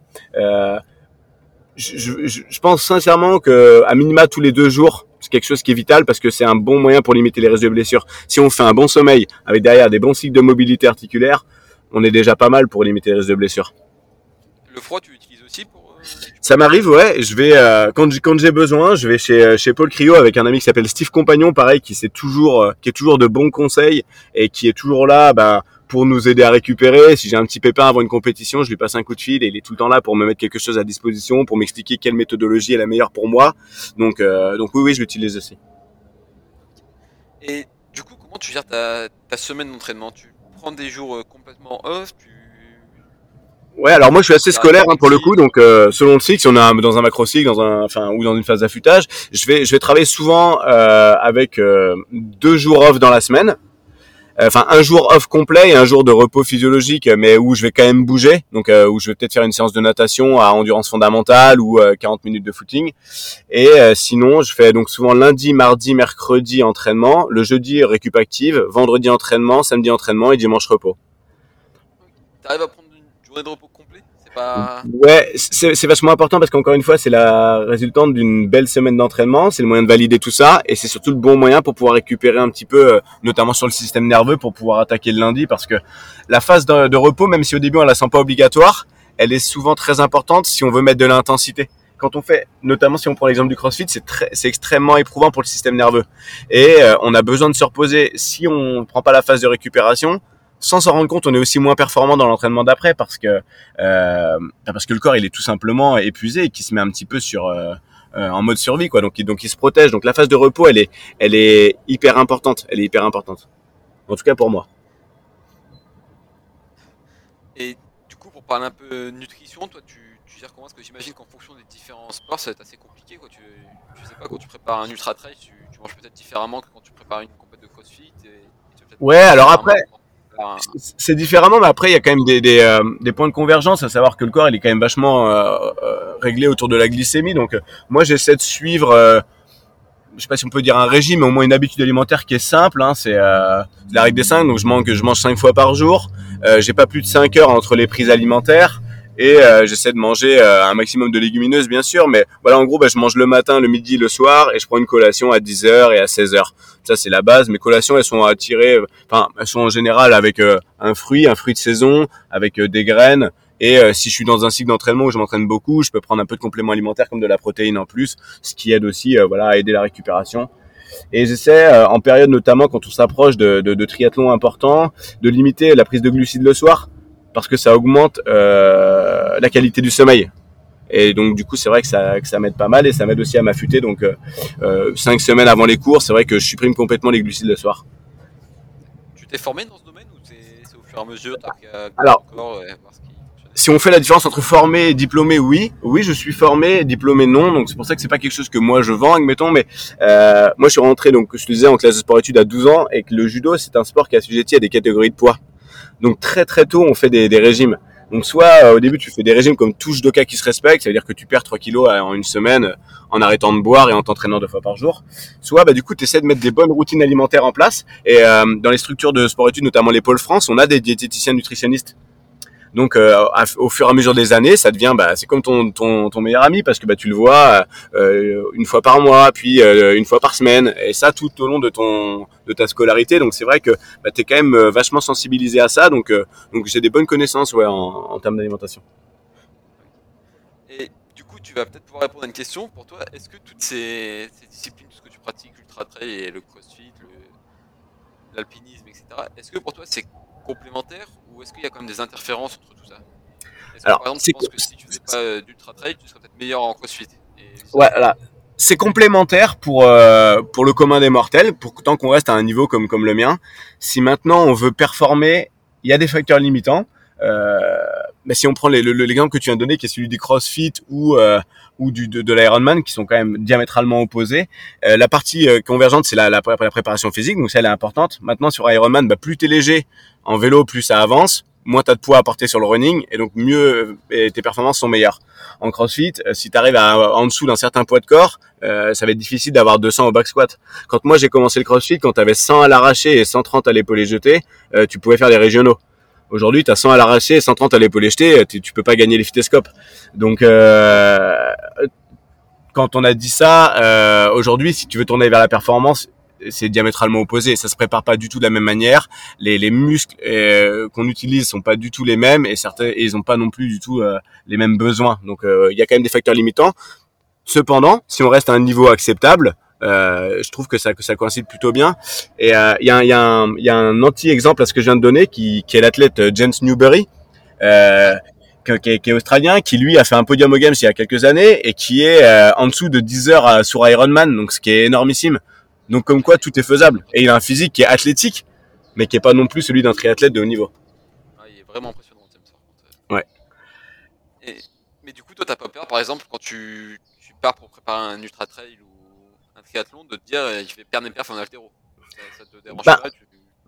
Je pense sincèrement que à minima tous les 2 jours, c'est quelque chose qui est vital parce que c'est un bon moyen pour limiter les risques de blessures. Si on fait un bon sommeil avec derrière des bons cycles de mobilité articulaire, on est déjà pas mal pour limiter les risques de blessures. Le froid, tu l'utilises aussi pour... Ça m'arrive, ouais. Je vais quand j'ai besoin, je vais chez Paul Cryo avec un ami qui s'appelle Steve Compagnon, pareil, qui est toujours de bons conseils et qui est toujours là, pour nous aider à récupérer. Si j'ai un petit pépin avant une compétition, je lui passe un coup de fil et il est tout le temps là pour me mettre quelque chose à disposition, pour m'expliquer quelle méthodologie est la meilleure pour moi. Donc oui, je l'utilise aussi. Et du coup, comment tu gères ta semaine d'entraînement? Tu prends des jours complètement off? Ouais, alors moi je suis assez scolaire pour le coup, donc selon le cycle, si on est dans un macro cycle, ou dans une phase d'affûtage, je vais travailler souvent avec 2 jours off dans la semaine. enfin un jour off complet et un jour de repos physiologique, mais où je vais quand même bouger, donc où je vais peut-être faire une séance de natation à endurance fondamentale ou 40 minutes de footing. Et sinon, je fais donc souvent lundi, mardi, mercredi entraînement, le jeudi récup active, vendredi entraînement, samedi entraînement et dimanche repos. T'arrives à prendre une journée de repos complet? C'est pas. Ouais, c'est vachement important parce qu'encore une fois, c'est la résultante d'une belle semaine d'entraînement, c'est le moyen de valider tout ça et c'est surtout le bon moyen pour pouvoir récupérer un petit peu, notamment sur le système nerveux, pour pouvoir attaquer le lundi, parce que la phase de repos, même si au début on la sent pas obligatoire, elle est souvent très importante si on veut mettre de l'intensité. Quand on fait, notamment si on prend l'exemple du CrossFit, c'est extrêmement éprouvant pour le système nerveux et on a besoin de se reposer. Si on prend pas la phase de récupération, sans s'en rendre compte, on est aussi moins performant dans l'entraînement d'après parce que le corps il est tout simplement épuisé et qui se met un petit peu en mode survie, quoi. Donc il se protège. Donc la phase de repos elle est hyper importante. Elle est hyper importante. En tout cas pour moi. Et du coup, pour parler un peu nutrition, toi, tu gères comment? Parce que j'imagine qu'en fonction des différents sports, ça va être assez compliqué, quoi. Je sais pas, quand tu prépares un ultra trail, tu manges peut-être différemment que quand tu prépares une compète de CrossFit, et tu vas peut-être Ouais, manger alors différemment après, quand tu prépares c'est différemment, mais après il y a quand même des points de convergence, à savoir que le corps il est quand même vachement réglé autour de la glycémie. Donc moi j'essaie de suivre, je sais pas si on peut dire un régime, mais au moins une habitude alimentaire qui est simple. Hein, c'est la règle des 5, donc je mange 5 fois par jour. J'ai pas plus de 5 heures entre les prises alimentaires. Et j'essaie de manger un maximum de légumineuses, bien sûr, mais voilà, en gros, je mange le matin, le midi, le soir, et je prends une collation à 10 heures et à 16 heures. Ça, c'est la base. Mes collations, elles sont attirées, elles sont en général avec un fruit de saison, avec des graines. Et si je suis dans un cycle d'entraînement où je m'entraîne beaucoup, je peux prendre un peu de compléments alimentaires comme de la protéine en plus, ce qui aide aussi, à aider la récupération. Et j'essaie, en période notamment quand on s'approche de triathlons importants, de limiter la prise de glucides le soir, parce que ça augmente la qualité du sommeil. Et donc du coup c'est vrai que ça m'aide pas mal et ça m'aide aussi à m'affûter. Donc 5 semaines avant les cours, c'est vrai que je supprime complètement les glucides le soir. Tu t'es formé dans ce domaine ou c'est au fur et à mesure, t'as appris à connaître Alors ton corps et voir ce qui fonctionnait? si on fait la différence entre formé et diplômé, oui, je suis formé, diplômé non, donc c'est pour ça que c'est pas quelque chose que moi je vends, admettons, mais moi je suis rentré, donc je te disais, en classe de sport-études à 12 ans, et que le judo c'est un sport qui est assujetti à des catégories de poids. Donc très très tôt on fait des régimes. Donc soit au début tu fais des régimes comme tout judoka qui se respecte, ça veut dire que tu perds 3 kilos en une semaine en arrêtant de boire et en t'entraînant 2 fois par jour. Soit du coup tu essaies de mettre des bonnes routines alimentaires en place, et dans les structures de sport-études, notamment les pôles France, on a des diététiciens nutritionnistes. Donc au fur et à mesure des années, ça devient c'est comme ton meilleur ami, parce que tu le vois une fois par mois, puis une fois par semaine, et ça tout au long de ta scolarité. Donc c'est vrai que t'es quand même vachement sensibilisé à ça, donc j'ai des bonnes connaissances en termes d'alimentation. Et du coup, tu vas peut-être pouvoir répondre à une question. Pour toi, est-ce que toutes ces disciplines, tout ce que tu pratiques, l'ultra trail et le crossfit, l'alpinisme, etc., est-ce que pour toi c'est complémentaire ou est-ce qu'il y a quand même des interférences entre tout ça? Est-ce que Alors par exemple tu penses que si tu faisais pas d'ultra trail, tu serais peut-être meilleur en crossfit et ouais, vice-versa? voilà. C'est complémentaire pour le commun des mortels, pour tant qu'on reste à un niveau comme le mien. Si maintenant on veut performer, il y a des facteurs limitants. Mais si on prend l'exemple que tu viens de donner, qui est celui du CrossFit ou de l'Ironman, qui sont quand même diamétralement opposés, la partie convergente, c'est la préparation physique, donc ça elle est importante. Maintenant sur Ironman, plus t'es léger en vélo, plus ça avance, moins t'as de poids à porter sur le running, et donc mieux tes performances sont meilleures. En CrossFit, si t'arrives en dessous d'un certain poids de corps, ça va être difficile d'avoir 200 au back squat. Quand moi j'ai commencé le CrossFit, quand t'avais 100 à l'arraché et 130 à l'épaulé jeté, tu pouvais faire des régionaux. Aujourd'hui, tu as 100 à l'arraché et 130 à l'épaulé jeté, tu peux pas gagner les phytoscopes. Donc, quand on a dit ça, aujourd'hui, si tu veux tourner vers la performance, c'est diamétralement opposé. Ça se prépare pas du tout de la même manière. Les muscles qu'on utilise sont pas du tout les mêmes, et certains, ils ont pas non plus du tout les mêmes besoins. Donc, il y a quand même des facteurs limitants. Cependant, si on reste à un niveau acceptable, je trouve que ça coïncide plutôt bien. Et il y a un anti-exemple à ce que je viens de donner, qui est l'athlète James Newbury, qui est australien, qui lui a fait un podium aux Games il y a quelques années et qui est en dessous de 10 heures sur Ironman, donc ce qui est énormissime. Donc comme quoi tout est faisable. Et il a un physique qui est athlétique, mais qui est pas non plus celui d'un triathlète de haut niveau. Ah, il est vraiment impressionnant, James, par contre. Ouais. Mais du coup, toi, t'as pas peur, par exemple, quand tu pars pour préparer un ultra trail ou un triathlon, de te dire je vais perdre mes perfs en haltéro? Ça te dérange pas?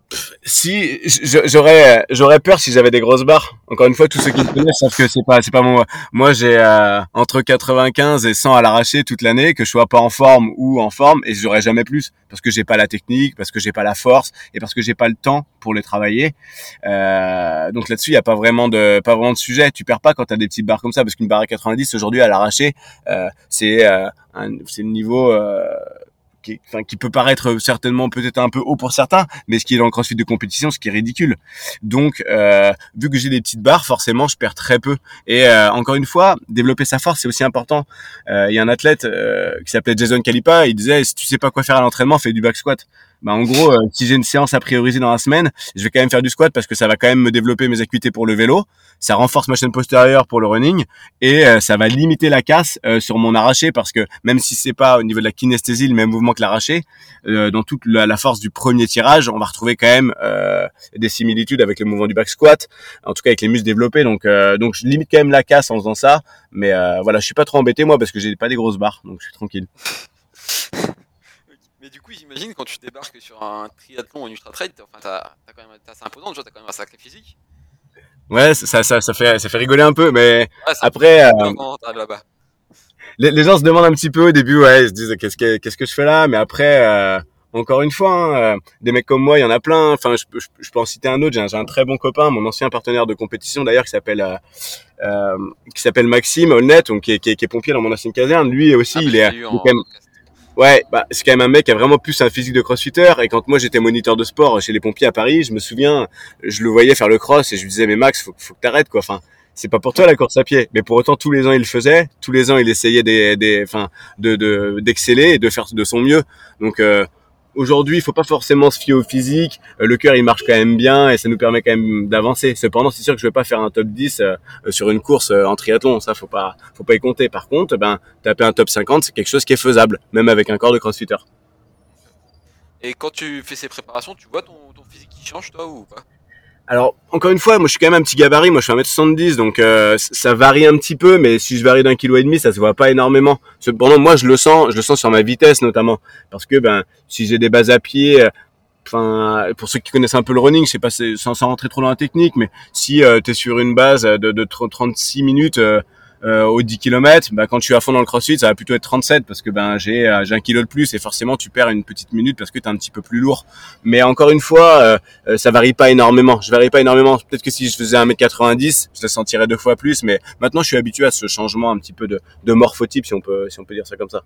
Si j'aurais peur si j'avais des grosses barres. Encore une fois, tous ceux qui me connaissent savent que c'est pas moi j'ai entre 95 et 100 à l'arraché toute l'année, que je sois pas en forme ou en forme, et j'aurais jamais plus parce que j'ai pas la technique, parce que j'ai pas la force et parce que j'ai pas le temps pour les travailler. Donc là-dessus, il y a pas vraiment de sujet. Tu perds pas quand t'as des petites barres comme ça, parce qu'une barre à 90 aujourd'hui à l'arraché, c'est le niveau qui peut paraître certainement peut-être un peu haut pour certains, mais ce qui est dans le crossfit de compétition, ce qui est ridicule. Donc, vu que j'ai des petites barres, forcément, je perds très peu. Et encore une fois, développer sa force, c'est aussi important. Il y a un athlète qui s'appelait Jason Kalipa, il disait, si tu sais pas quoi faire à l'entraînement, fais du back squat. Bah en gros, si j'ai une séance à prioriser dans la semaine, je vais quand même faire du squat parce que ça va quand même me développer mes acuités pour le vélo, ça renforce ma chaîne postérieure pour le running et ça va limiter la casse sur mon arraché, parce que même si c'est pas au niveau de la kinesthésie le même mouvement que l'arraché, dans toute la force du premier tirage, on va retrouver quand même des similitudes avec le mouvement du back squat, en tout cas avec les muscles développés. Donc je limite quand même la casse en faisant ça, mais voilà, je suis pas trop embêté moi parce que j'ai pas des grosses barres, donc je suis tranquille. Mais du coup, j'imagine quand tu débarques sur un triathlon ou un ultra trail, c'est imposant, déjà, t'as quand même un sacré physique. Ouais, ça fait rigoler un peu, mais Ouais, après quand t'arrives là-bas. les gens se demandent un petit peu au début, ouais, ils se disent qu'est-ce que je fais là, mais après encore une fois, des mecs comme moi, il y en a plein. Enfin, je peux en citer un autre. J'ai un très bon copain, mon ancien partenaire de compétition d'ailleurs, qui s'appelle Maxime Olnet, donc qui est pompier dans mon ancienne caserne. Lui aussi, il est quand même. Ouais, c'est quand même un mec qui a vraiment plus un physique de crossfitter. Et quand moi j'étais moniteur de sport chez les pompiers à Paris, je me souviens, je le voyais faire le cross et je lui disais, mais Max, faut que t'arrêtes, quoi. Enfin, c'est pas pour toi la course à pied. Mais pour autant, tous les ans il le faisait. Tous les ans il essayait d'exceller et de faire de son mieux. Donc aujourd'hui, il faut pas forcément se fier au physique. Le cœur, il marche quand même bien et ça nous permet quand même d'avancer. Cependant, c'est sûr que je vais pas faire un top 10 sur une course en triathlon. Ça, faut pas y compter. Par contre, taper un top 50, c'est quelque chose qui est faisable, même avec un corps de crossfitter. Et quand tu fais ces préparations, tu vois ton physique qui change, toi, ou pas? Alors, encore une fois, moi je suis quand même un petit gabarit, moi je fais 1m70, donc ça varie un petit peu, mais si je varie d'1,5 kg, ça se voit pas énormément. Cependant, moi je le sens sur ma vitesse notamment, parce que si j'ai des bases à pied, pour ceux qui connaissent un peu le running, c'est pas sans rentrer trop dans la technique, mais si t'es sur une base de 36 minutes aux 10 km, quand tu es à fond dans le crossfit, ça va plutôt être 37 parce que j'ai 1 kilo de plus et forcément tu perds une petite minute parce que t'es un petit peu plus lourd. Mais encore une fois, ça varie pas énormément. Je varie pas énormément. Peut-être que si je faisais 1m90, je le sentirais 2 fois plus, mais maintenant je suis habitué à ce changement un petit peu de morphotype, si on peut dire ça comme ça.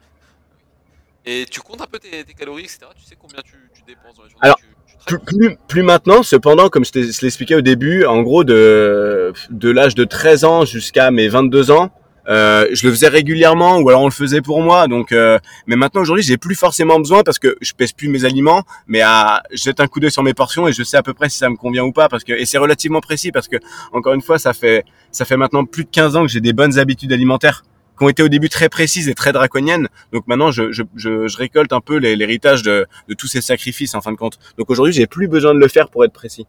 Et tu comptes un peu tes calories, etc. Tu sais combien tu dépenses dans les journées? Alors, plus maintenant, cependant, comme je l'expliquais au début, en gros de l'âge de 13 ans jusqu'à mes 22 ans, je le faisais régulièrement ou alors on le faisait pour moi. Donc, mais maintenant aujourd'hui, j'ai plus forcément besoin parce que je pèse plus mes aliments, mais je jette un coup d'œil sur mes portions et je sais à peu près si ça me convient ou pas, et c'est relativement précis parce que encore une fois, ça fait maintenant plus de 15 ans que j'ai des bonnes habitudes alimentaires qui ont été au début très précises et très draconiennes. Donc maintenant, je récolte un peu l'héritage de tous ces sacrifices en fin de compte. Donc aujourd'hui, j'ai plus besoin de le faire pour être précis.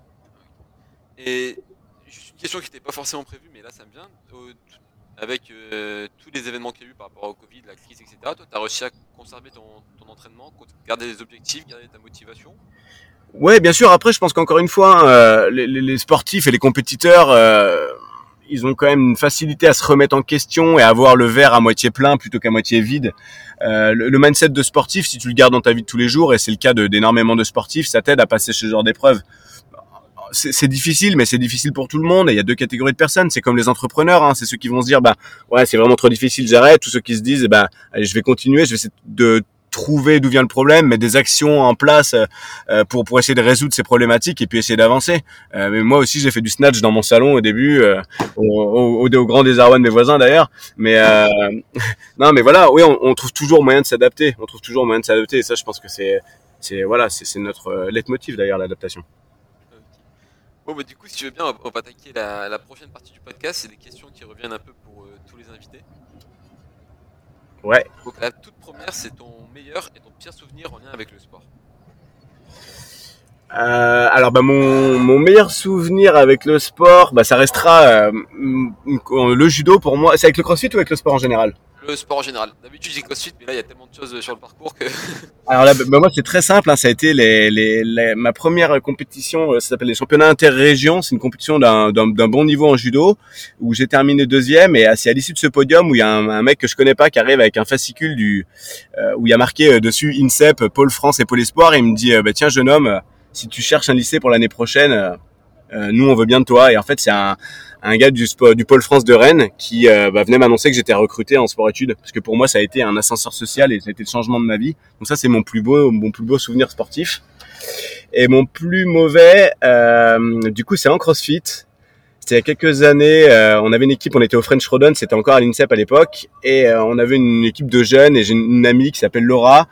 Et juste une question qui n'était pas forcément prévue, mais là ça me vient. Avec tous les événements qu'il y a eu par rapport au Covid, la crise, etc., toi, tu as réussi à conserver ton entraînement, garder les objectifs, garder ta motivation? Ouais, bien sûr. Après, je pense qu'encore une fois, les sportifs et les compétiteurs, ils ont quand même une facilité à se remettre en question et à voir le verre à moitié plein plutôt qu'à moitié vide. Le mindset de sportif, si tu le gardes dans ta vie de tous les jours, et c'est le cas d'énormément de sportifs, ça t'aide à passer ce genre d'épreuve. C'est difficile, mais c'est difficile pour tout le monde. Et il y a deux catégories de personnes. C'est comme les entrepreneurs, c'est ceux qui vont se dire, ouais, c'est vraiment trop difficile, j'arrête. Tous ceux qui se disent, allez, je vais continuer, je vais essayer de trouver d'où vient le problème, mettre des actions en place pour essayer de résoudre ces problématiques et puis essayer d'avancer. Mais moi aussi, j'ai fait du snatch dans mon salon au début, au grand désarroi de mes voisins d'ailleurs. Mais non, mais voilà, oui, on trouve toujours moyen de s'adapter. On trouve toujours moyen de s'adapter. Et ça, je pense que c'est notre leitmotiv d'ailleurs, l'adaptation. Bon, du coup, si tu veux bien, on va attaquer la prochaine partie du podcast. C'est des questions qui reviennent un peu pour tous les invités. Ouais. Donc, la toute première, c'est ton meilleur et ton pire souvenir en lien avec le sport. Alors, mon meilleur souvenir avec le sport, ça restera le judo pour moi. C'est avec le crossfit ou avec le sport en général? le sport en général. D'habitude, je dis CrossFit, mais là, il y a tellement de choses sur le parcours que. Alors là, moi, c'est très simple. Hein, ça a été ma première compétition. Ça s'appelle les championnats interrégions. C'est une compétition d'un bon niveau en judo où j'ai terminé deuxième. Et c'est à l'issue de ce podium où il y a un mec que je connais pas qui arrive avec un fascicule où il y a marqué dessus INSEP, Pôle France et Pôle Espoir. Et il me dit tiens jeune homme, si tu cherches un lycée pour l'année prochaine, nous on veut bien de toi. Et en fait, c'est un gars du Pôle France de Rennes qui venait m'annoncer que j'étais recruté en sport-études parce que pour moi ça a été un ascenseur social et ça a été le changement de ma vie. Donc ça c'est mon plus beau souvenir sportif. Et mon plus mauvais du coup c'est en CrossFit. C'était il y a quelques années, on avait une équipe, on était au French Rodon, c'était encore à l'INSEP à l'époque et on avait une équipe de jeunes et j'ai une amie qui s'appelle Laura.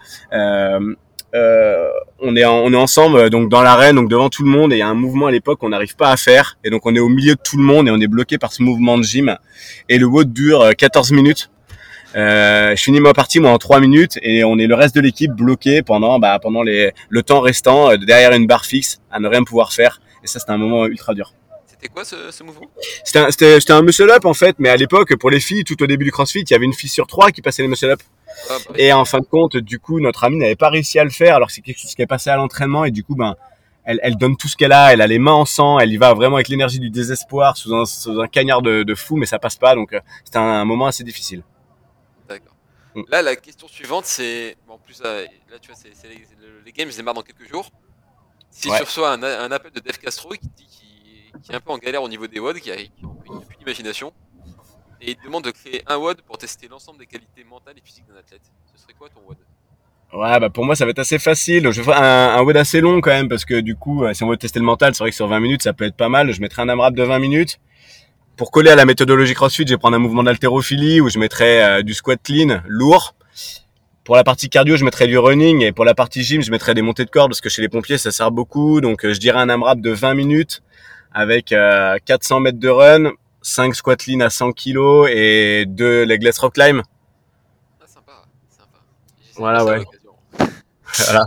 On est ensemble donc dans l'arène, donc devant tout le monde, et il y a un mouvement à l'époque qu'on n'arrive pas à faire, et donc on est au milieu de tout le monde et on est bloqué par ce mouvement de gym, et le WOD dure 14 minutes. Je finis ma partie moi en 3 minutes et on est le reste de l'équipe bloqué pendant le temps restant derrière une barre fixe à ne rien pouvoir faire, et ça c'était un moment ultra dur. C'était quoi ce mouvement? C'était un muscle up en fait, mais à l'époque pour les filles, tout au début du CrossFit, il y avait une fille sur 3 qui passait les muscle up. Ah, bah, Et en fin de compte, du coup, notre amie n'avait pas réussi à le faire, alors que c'est quelque chose qui est passé à l'entraînement, et du coup, elle donne tout ce qu'elle a les mains en sang, elle y va vraiment avec l'énergie du désespoir, sous un cagnard de fou, mais ça passe pas, donc c'était un moment assez difficile. d'accord. Là, la question suivante, c'est. Bon, en plus, là, tu vois, les games, ils démarrent dans quelques jours. Si Ouais. tu reçois un appel de Dave Castro qui dit qu'il est un peu en galère au niveau des WOD, qui a plus d'imagination, et il te demande de créer un WOD pour tester l'ensemble des qualités mentales et physiques d'un athlète, ce serait quoi ton WOD? Ouais, pour moi, ça va être assez facile. Je vais faire un WOD assez long quand même, parce que du coup, si on veut tester le mental, c'est vrai que sur 20 minutes, ça peut être pas mal. Je mettrai un AMRAP de 20 minutes. Pour coller à la méthodologie CrossFit, je vais prendre un mouvement d'haltérophilie où je mettrai du squat clean, lourd. Pour la partie cardio, je mettrai du running, et pour la partie gym, je mettrai des montées de corde parce que chez les pompiers, ça sert beaucoup. Donc, je dirais un AMRAP de 20 minutes avec 400 mètres de run, 5 squat clean à 100 kg et 2 legless rock climb. Ah, sympa. Voilà, ouais. Voilà.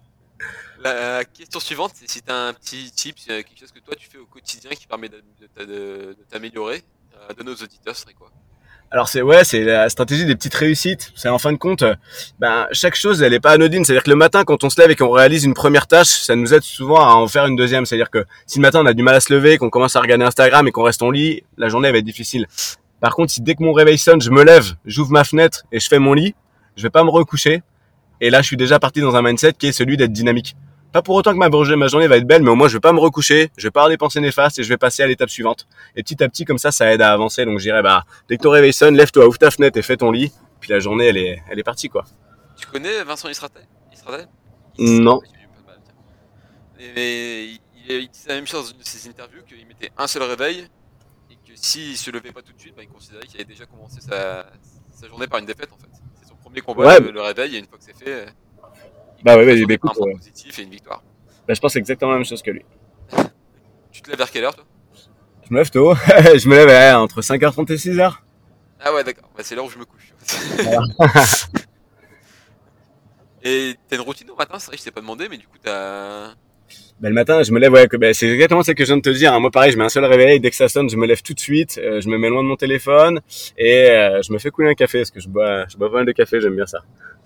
La question suivante, c'est si tu as un petit tip, quelque chose que toi tu fais au quotidien qui permet de t'améliorer, de nos auditeurs, ce serait quoi? Alors c'est la stratégie des petites réussites. C'est en fin de compte, chaque chose elle est pas anodine. C'est-à-dire que le matin quand on se lève et qu'on réalise une première tâche, ça nous aide souvent à en faire une deuxième. C'est-à-dire que si le matin on a du mal à se lever, qu'on commence à regarder Instagram et qu'on reste au lit, la journée elle va être difficile. Par contre, si dès que mon réveil sonne, je me lève, j'ouvre ma fenêtre et je fais mon lit, je vais pas me recoucher. Et là, je suis déjà parti dans un mindset qui est celui d'être dynamique. Pas pour autant que ma journée va être belle, mais au moins je vais pas me recoucher, je vais pas avoir des pensées néfastes et je vais passer à l'étape suivante. Et petit à petit, comme ça aide à avancer. Donc je dirais, dès que ton réveil sonne, lève-toi, ouvre ta fenêtre et fais ton lit. Puis la journée, elle est partie, quoi. Tu connais Vincent Israël? Non. Mais il disait la même chose dans une de ses interviews, qu'il mettait un seul réveil et que s'il se levait pas tout de suite, il considérait qu'il avait déjà commencé sa journée par une défaite en fait. C'est son premier combat, Ouais. le réveil, et une fois que c'est fait, Écoute, un point positif et une victoire. je pense exactement la même chose que lui. Tu te lèves vers quelle heure toi? Je me lève tôt. Je me lève entre 5h30 et 6h. Ah ouais, d'accord, c'est l'heure où je me couche. Voilà. Et t'as une routine au matin? C'est vrai que je t'ai pas demandé, mais du coup t'as... Le matin, je me lève, c'est exactement ce que je viens de te dire. Hein. Moi, pareil, je mets un seul réveil. Dès que ça sonne, je me lève tout de suite. Je me mets loin de mon téléphone et je me fais couler un café parce que je bois pas mal de café. J'aime bien ça.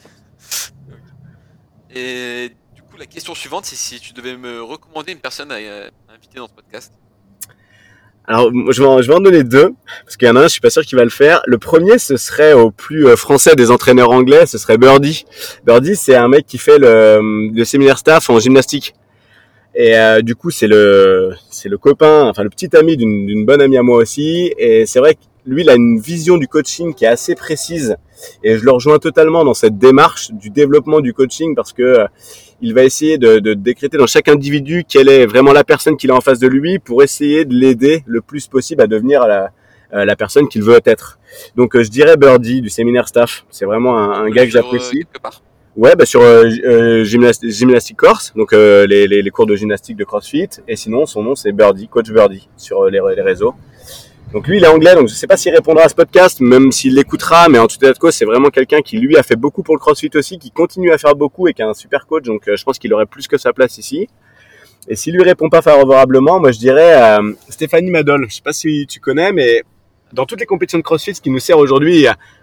Et du coup, la question suivante, c'est si tu devais me recommander une personne à inviter dans ce podcast. Alors, je vais en donner deux parce qu'il y en a un, je suis pas sûr qu'il va le faire. Le premier, ce serait au plus français des entraîneurs anglais. Ce serait Birdie. Birdie, c'est un mec qui fait le séminaire staff en gymnastique. Et du coup, c'est le copain, enfin le petit ami d'une bonne amie à moi aussi. Et c'est vrai que lui, il a une vision du coaching qui est assez précise. Et je le rejoins totalement dans cette démarche du développement du coaching parce que il va essayer de décréter dans chaque individu quelle est vraiment la personne qu'il a en face de lui pour essayer de l'aider le plus possible à devenir la personne qu'il veut être. Donc je dirais Birdie du séminaire staff. C'est vraiment un gars que j'apprécie. Quelque part. Ouais, sur Gymnastic Course, donc les cours de gymnastique de CrossFit. Et sinon, son nom c'est Birdie, Coach Birdie sur les réseaux. Donc lui, il est anglais, donc je sais pas s'il répondra à ce podcast, même s'il l'écoutera, mais en tout état de cause, c'est vraiment quelqu'un qui lui a fait beaucoup pour le CrossFit aussi, qui continue à faire beaucoup et qui est un super coach. Donc je pense qu'il aurait plus que sa place ici. Et s'il lui répond pas favorablement, moi je dirais Stéphanie Madol. Je sais pas si tu connais, mais dans toutes les compétitions de CrossFit, ce qui nous sert aujourd'hui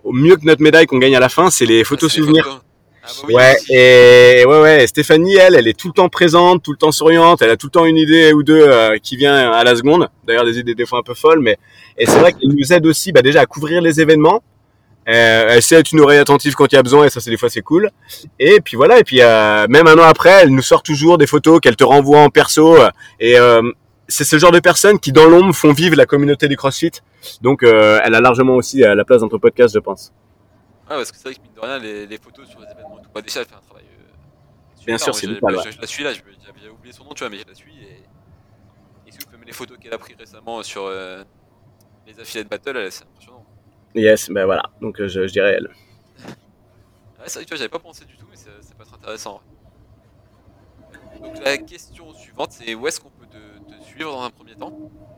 mieux que notre médaille qu'on gagne à la fin, c'est les photos c'est les souvenirs. photos. Ah bah oui, Ouais, aussi. et Stéphanie, elle est tout le temps présente, tout le temps souriante, elle a tout le temps une idée ou deux qui vient à la seconde. D'ailleurs, des idées des fois un peu folles, mais et c'est vrai qu'elle nous aide aussi, déjà à couvrir les événements. Elle sait être une oreille attentive quand il y a besoin, et ça, des fois, c'est cool. Et puis voilà, et puis même un an après, elle nous sort toujours des photos qu'elle te renvoie en perso. Et c'est ce genre de personnes qui, dans l'ombre, font vivre la communauté du CrossFit. Donc, elle a largement aussi la place dans ton podcast, je pense. Ouais, parce que c'est vrai que mine de rien, les photos sur les événements, tout. Bah, déjà, elle fait un travail super. Bien sûr, Moi, c'est vital, ouais. je la suis là, j'avais oublié son nom, tu vois, mais je la suis. Et si vous pouvez mettre les photos qu'elle a prises récemment sur les affiliates battle, c'est impressionnant. Yes, voilà. Donc, je dirais elle. Ouais, c'est vrai que tu vois, j'avais pas pensé du tout, mais ça peut être intéressant. Ouais. Donc la question suivante, c'est où est-ce qu'on peut te suivre dans un premier temps?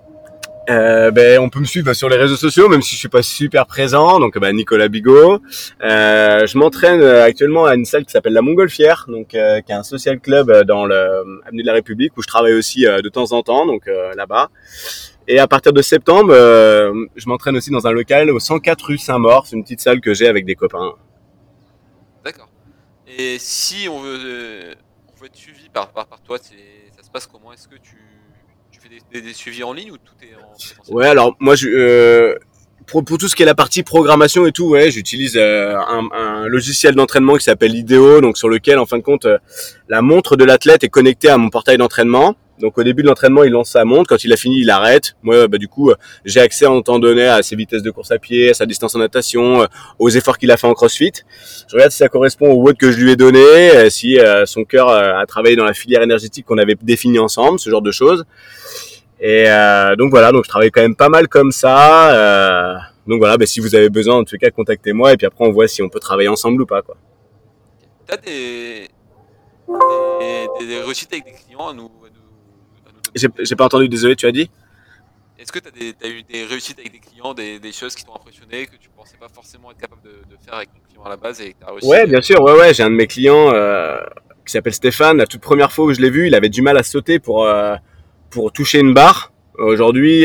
On peut me suivre sur les réseaux sociaux, même si je suis pas super présent. Donc, Nicolas Bigot. Je m'entraîne actuellement à une salle qui s'appelle la Montgolfière, donc qui est un social club dans le avenue de la République où je travaille aussi de temps en temps, donc là-bas. Et à partir de septembre, je m'entraîne aussi dans un local au 104 rue Saint-Maur. C'est une petite salle que j'ai avec des copains. D'accord. Et si on veut être suivi par toi, ça se passe comment? Est-ce que tu fais des suivis en ligne ou tout est en présentiel? Ouais, alors moi, pour tout ce qui est la partie programmation et tout, ouais, j'utilise un logiciel d'entraînement qui s'appelle IDEO, donc sur lequel, en fin de compte, la montre de l'athlète est connectée à mon portail d'entraînement. Donc au début de l'entraînement, il lance sa montre. Quand il a fini, il arrête. Moi, du coup, j'ai accès en temps donné à ses vitesses de course à pied, à sa distance en natation, aux efforts qu'il a fait en CrossFit. Je regarde si ça correspond au WOD que je lui ai donné, si son cœur a travaillé dans la filière énergétique qu'on avait définie ensemble, ce genre de choses. Et donc voilà, donc je travaille quand même pas mal comme ça. Donc voilà, si vous avez besoin, en tout cas, contactez-moi et puis après on voit si on peut travailler ensemble ou pas, quoi. T'as des réussites avec des clients à nous donner? J'ai pas entendu, désolé, tu as dit? Est-ce que t'as eu des réussites avec des clients, des choses qui t'ont impressionné, que tu pensais pas forcément être capable de faire avec ton client à la base et que t'as réussi? Ouais, bien sûr, ouais, j'ai un de mes clients qui s'appelle Stéphane. La toute première fois où je l'ai vu, il avait du mal à sauter pour toucher une barre. Aujourd'hui,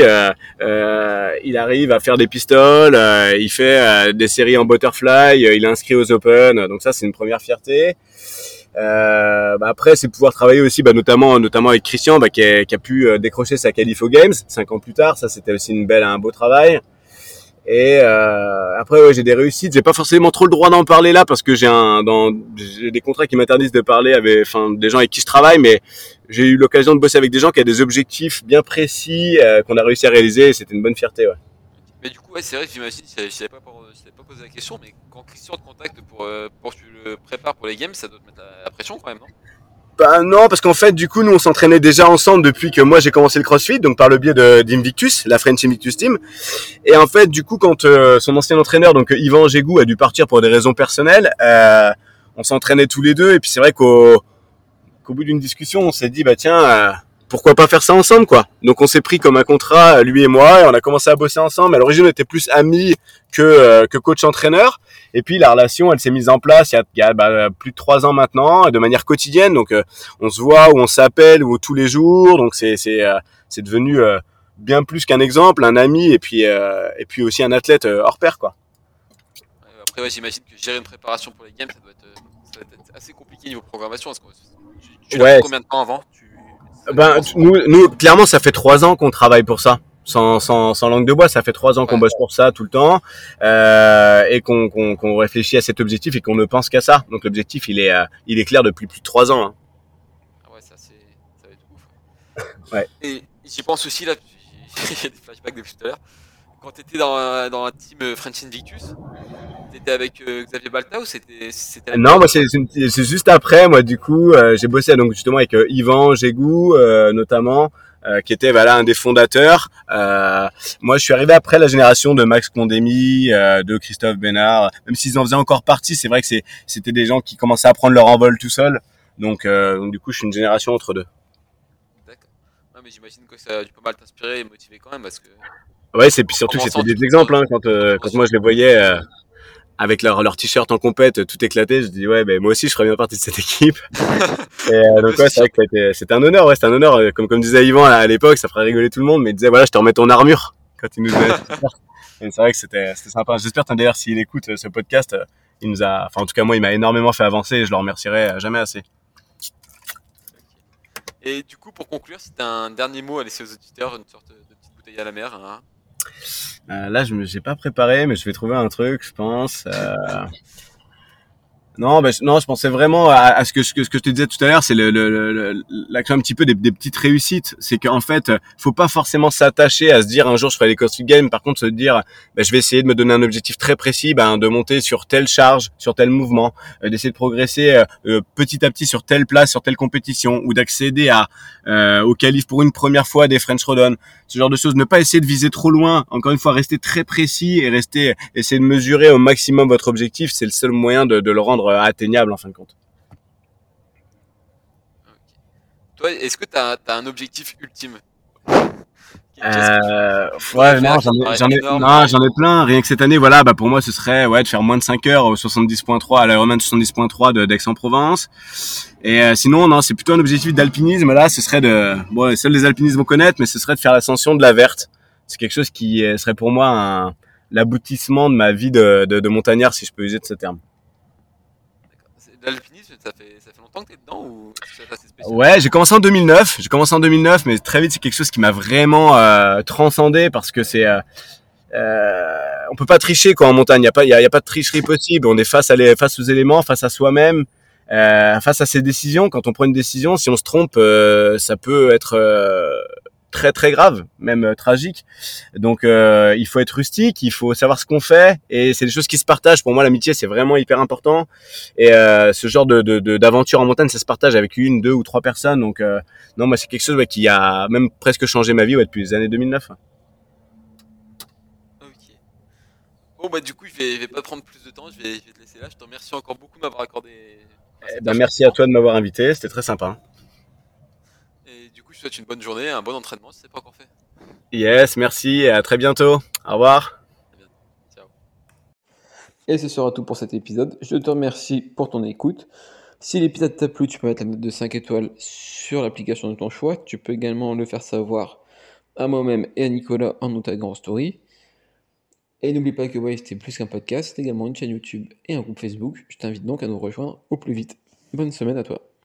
il arrive à faire des pistoles, il fait des séries en butterfly, il est inscrit aux Open, donc ça c'est une première fierté. Après, c'est pouvoir travailler aussi, notamment avec Christian, qui a pu décrocher sa qualif aux Games 5 ans plus tard. Ça, c'était aussi un beau travail. Et après, ouais, j'ai des réussites. J'ai pas forcément trop le droit d'en parler là parce que j'ai des contrats qui m'interdisent de parler avec, des gens avec qui je travaille, mais j'ai eu l'occasion de bosser avec des gens qui ont des objectifs bien précis qu'on a réussi à réaliser. Et c'était une bonne fierté, ouais. Mais du coup, ouais, c'est vrai que j'imagine, je savais pas posé la question, mais quand Christian te contacte pour que tu le prépares pour les games, ça doit te mettre la pression quand même, non? Non, parce qu'en fait, du coup, nous, on s'entraînait déjà ensemble depuis que moi, j'ai commencé le CrossFit, donc par le biais d'Invictus, la French Invictus Team. Et en fait, du coup, quand son ancien entraîneur, donc Yvan Gégou, a dû partir pour des raisons personnelles, on s'entraînait tous les deux. Et puis, c'est vrai qu'au bout d'une discussion, on s'est dit, tiens, pourquoi pas faire ça ensemble, quoi. Donc, on s'est pris comme un contrat, lui et moi, et on a commencé à bosser ensemble. À l'origine, on était plus amis que coach-entraîneur. Et puis la relation, elle s'est mise en place il y a plus de 3 ans maintenant, de manière quotidienne. Donc on se voit ou on s'appelle ou tous les jours. Donc c'est devenu bien plus qu'un exemple, un ami et puis aussi un athlète hors pair, quoi. Après, ouais, j'imagine que gérer une préparation pour les games, ça doit être assez compliqué niveau programmation. Parce que tu l'as fait combien de temps avant? Nous, clairement, ça fait 3 ans qu'on travaille pour ça. Sans langue de bois, ça fait 3 ans qu'on bosse pour ça tout le temps et qu'on réfléchit à cet objectif et qu'on ne pense qu'à ça. Donc l'objectif, il est clair depuis plus de 3 ans. Hein. Ah ouais, ça va être ouf. Ouais. Et j'y pense aussi là, j'ai des flashbacks depuis tout à l'heure. Quand t'étais dans la team French Invictus, t'étais avec Xavier Balta ou c'était Non, moi c'est juste après. Moi du coup, j'ai bossé donc justement avec Yvan Gégou notamment. Qui était un des fondateurs. Moi, je suis arrivé après la génération de Max Condemi, de Christophe Bénard. Même s'ils en faisaient encore partie, c'est vrai que c'était des gens qui commençaient à prendre leur envol tout seuls. Donc du coup, je suis une génération entre deux. D'accord. Ouais, mais j'imagine que ça a dû pas mal t'inspirer et motiver quand même parce que. Ouais, c'est puis surtout que c'était des exemples. Hein, quand moi je les voyais avec leur t-shirt en compète, tout éclaté, je dis ouais, moi aussi je ferais bien partie de cette équipe. Et donc ouais, c'est vrai que c'était un honneur, c'était un honneur. Comme disait Yvan à l'époque, ça ferait rigoler tout le monde, mais il disait voilà, je te remets ton armure quand il nous donnait. Et c'est vrai que c'était sympa. J'espère d'ailleurs s'il écoute ce podcast, il nous a, enfin en tout cas moi il m'a énormément fait avancer et je le remercierai jamais assez. Et du coup, pour conclure, si t'as un dernier mot à laisser aux auditeurs, une sorte de petite bouteille à la mer, hein. Là j'ai pas préparé mais je vais trouver un truc je pense. Non, non, je pensais vraiment à ce que je te disais tout à l'heure, c'est l'action un petit peu des petites réussites. C'est qu'en fait, faut pas forcément s'attacher à se dire un jour je ferai les CrossFit Games. Par contre, se dire, je vais essayer de me donner un objectif très précis, de monter sur telle charge, sur tel mouvement, d'essayer de progresser petit à petit sur telle place, sur telle compétition, ou d'accéder au qualif pour une première fois des French Rodon. Ce genre de choses. Ne pas essayer de viser trop loin. Encore une fois, rester très précis et essayer de mesurer au maximum votre objectif. C'est le seul moyen de le rendre atteignable en fin de compte. Ok. Toi, est-ce que t'as un objectif ultime? Ouais, non, j'en ai plein. Rien que cette année, voilà, pour moi, ce serait, de faire moins de 5 heures au 70.3 à l'Ironman 70.3 d'Aix-en-Provence. Et sinon, non, c'est plutôt un objectif d'alpinisme. Là, ce serait seuls les alpinistes vont connaître, mais ce serait de faire l'ascension de la Verte. C'est quelque chose qui serait pour moi l'aboutissement de ma vie de montagnard, si je peux user de ce terme. L'alpinisme, ça fait longtemps que t'es dedans ou c'est assez spécial? Ouais, j'ai commencé en 2009, mais très vite c'est quelque chose qui m'a vraiment transcendé parce que on peut pas tricher quoi en montagne, il y a pas de tricherie possible, on est face aux éléments, face à soi-même, face à ses décisions. Quand on prend une décision, si on se trompe, ça peut être très très grave, même tragique. Donc il faut être rustique, il faut savoir ce qu'on fait et c'est des choses qui se partagent. Pour moi l'amitié c'est vraiment hyper important et ce genre d'aventure en montagne ça se partage avec une, deux ou trois personnes. Donc non, moi c'est quelque chose qui a même presque changé ma vie depuis les années 2009. Ok. Bon, du coup, je vais pas prendre plus de temps, je vais te laisser là. Je te remercie encore beaucoup de m'avoir accordé cet heure de Merci à temps. toi de m'avoir invité, c'était très sympa. Et du coup, je te souhaite une bonne journée, un bon entraînement si c'est pas encore fait. Yes, merci et à très bientôt. Au revoir. À bientôt. Ciao. Et ce sera tout pour cet épisode. Je te remercie pour ton écoute. Si l'épisode t'a plu, tu peux mettre la note de 5 étoiles sur l'application de ton choix. Tu peux également le faire savoir à moi-même et à Nicolas en nous taguant en story. Et n'oublie pas que Wave, c'est plus qu'un podcast, c'est également une chaîne YouTube et un groupe Facebook. Je t'invite donc à nous rejoindre au plus vite. Bonne semaine à toi.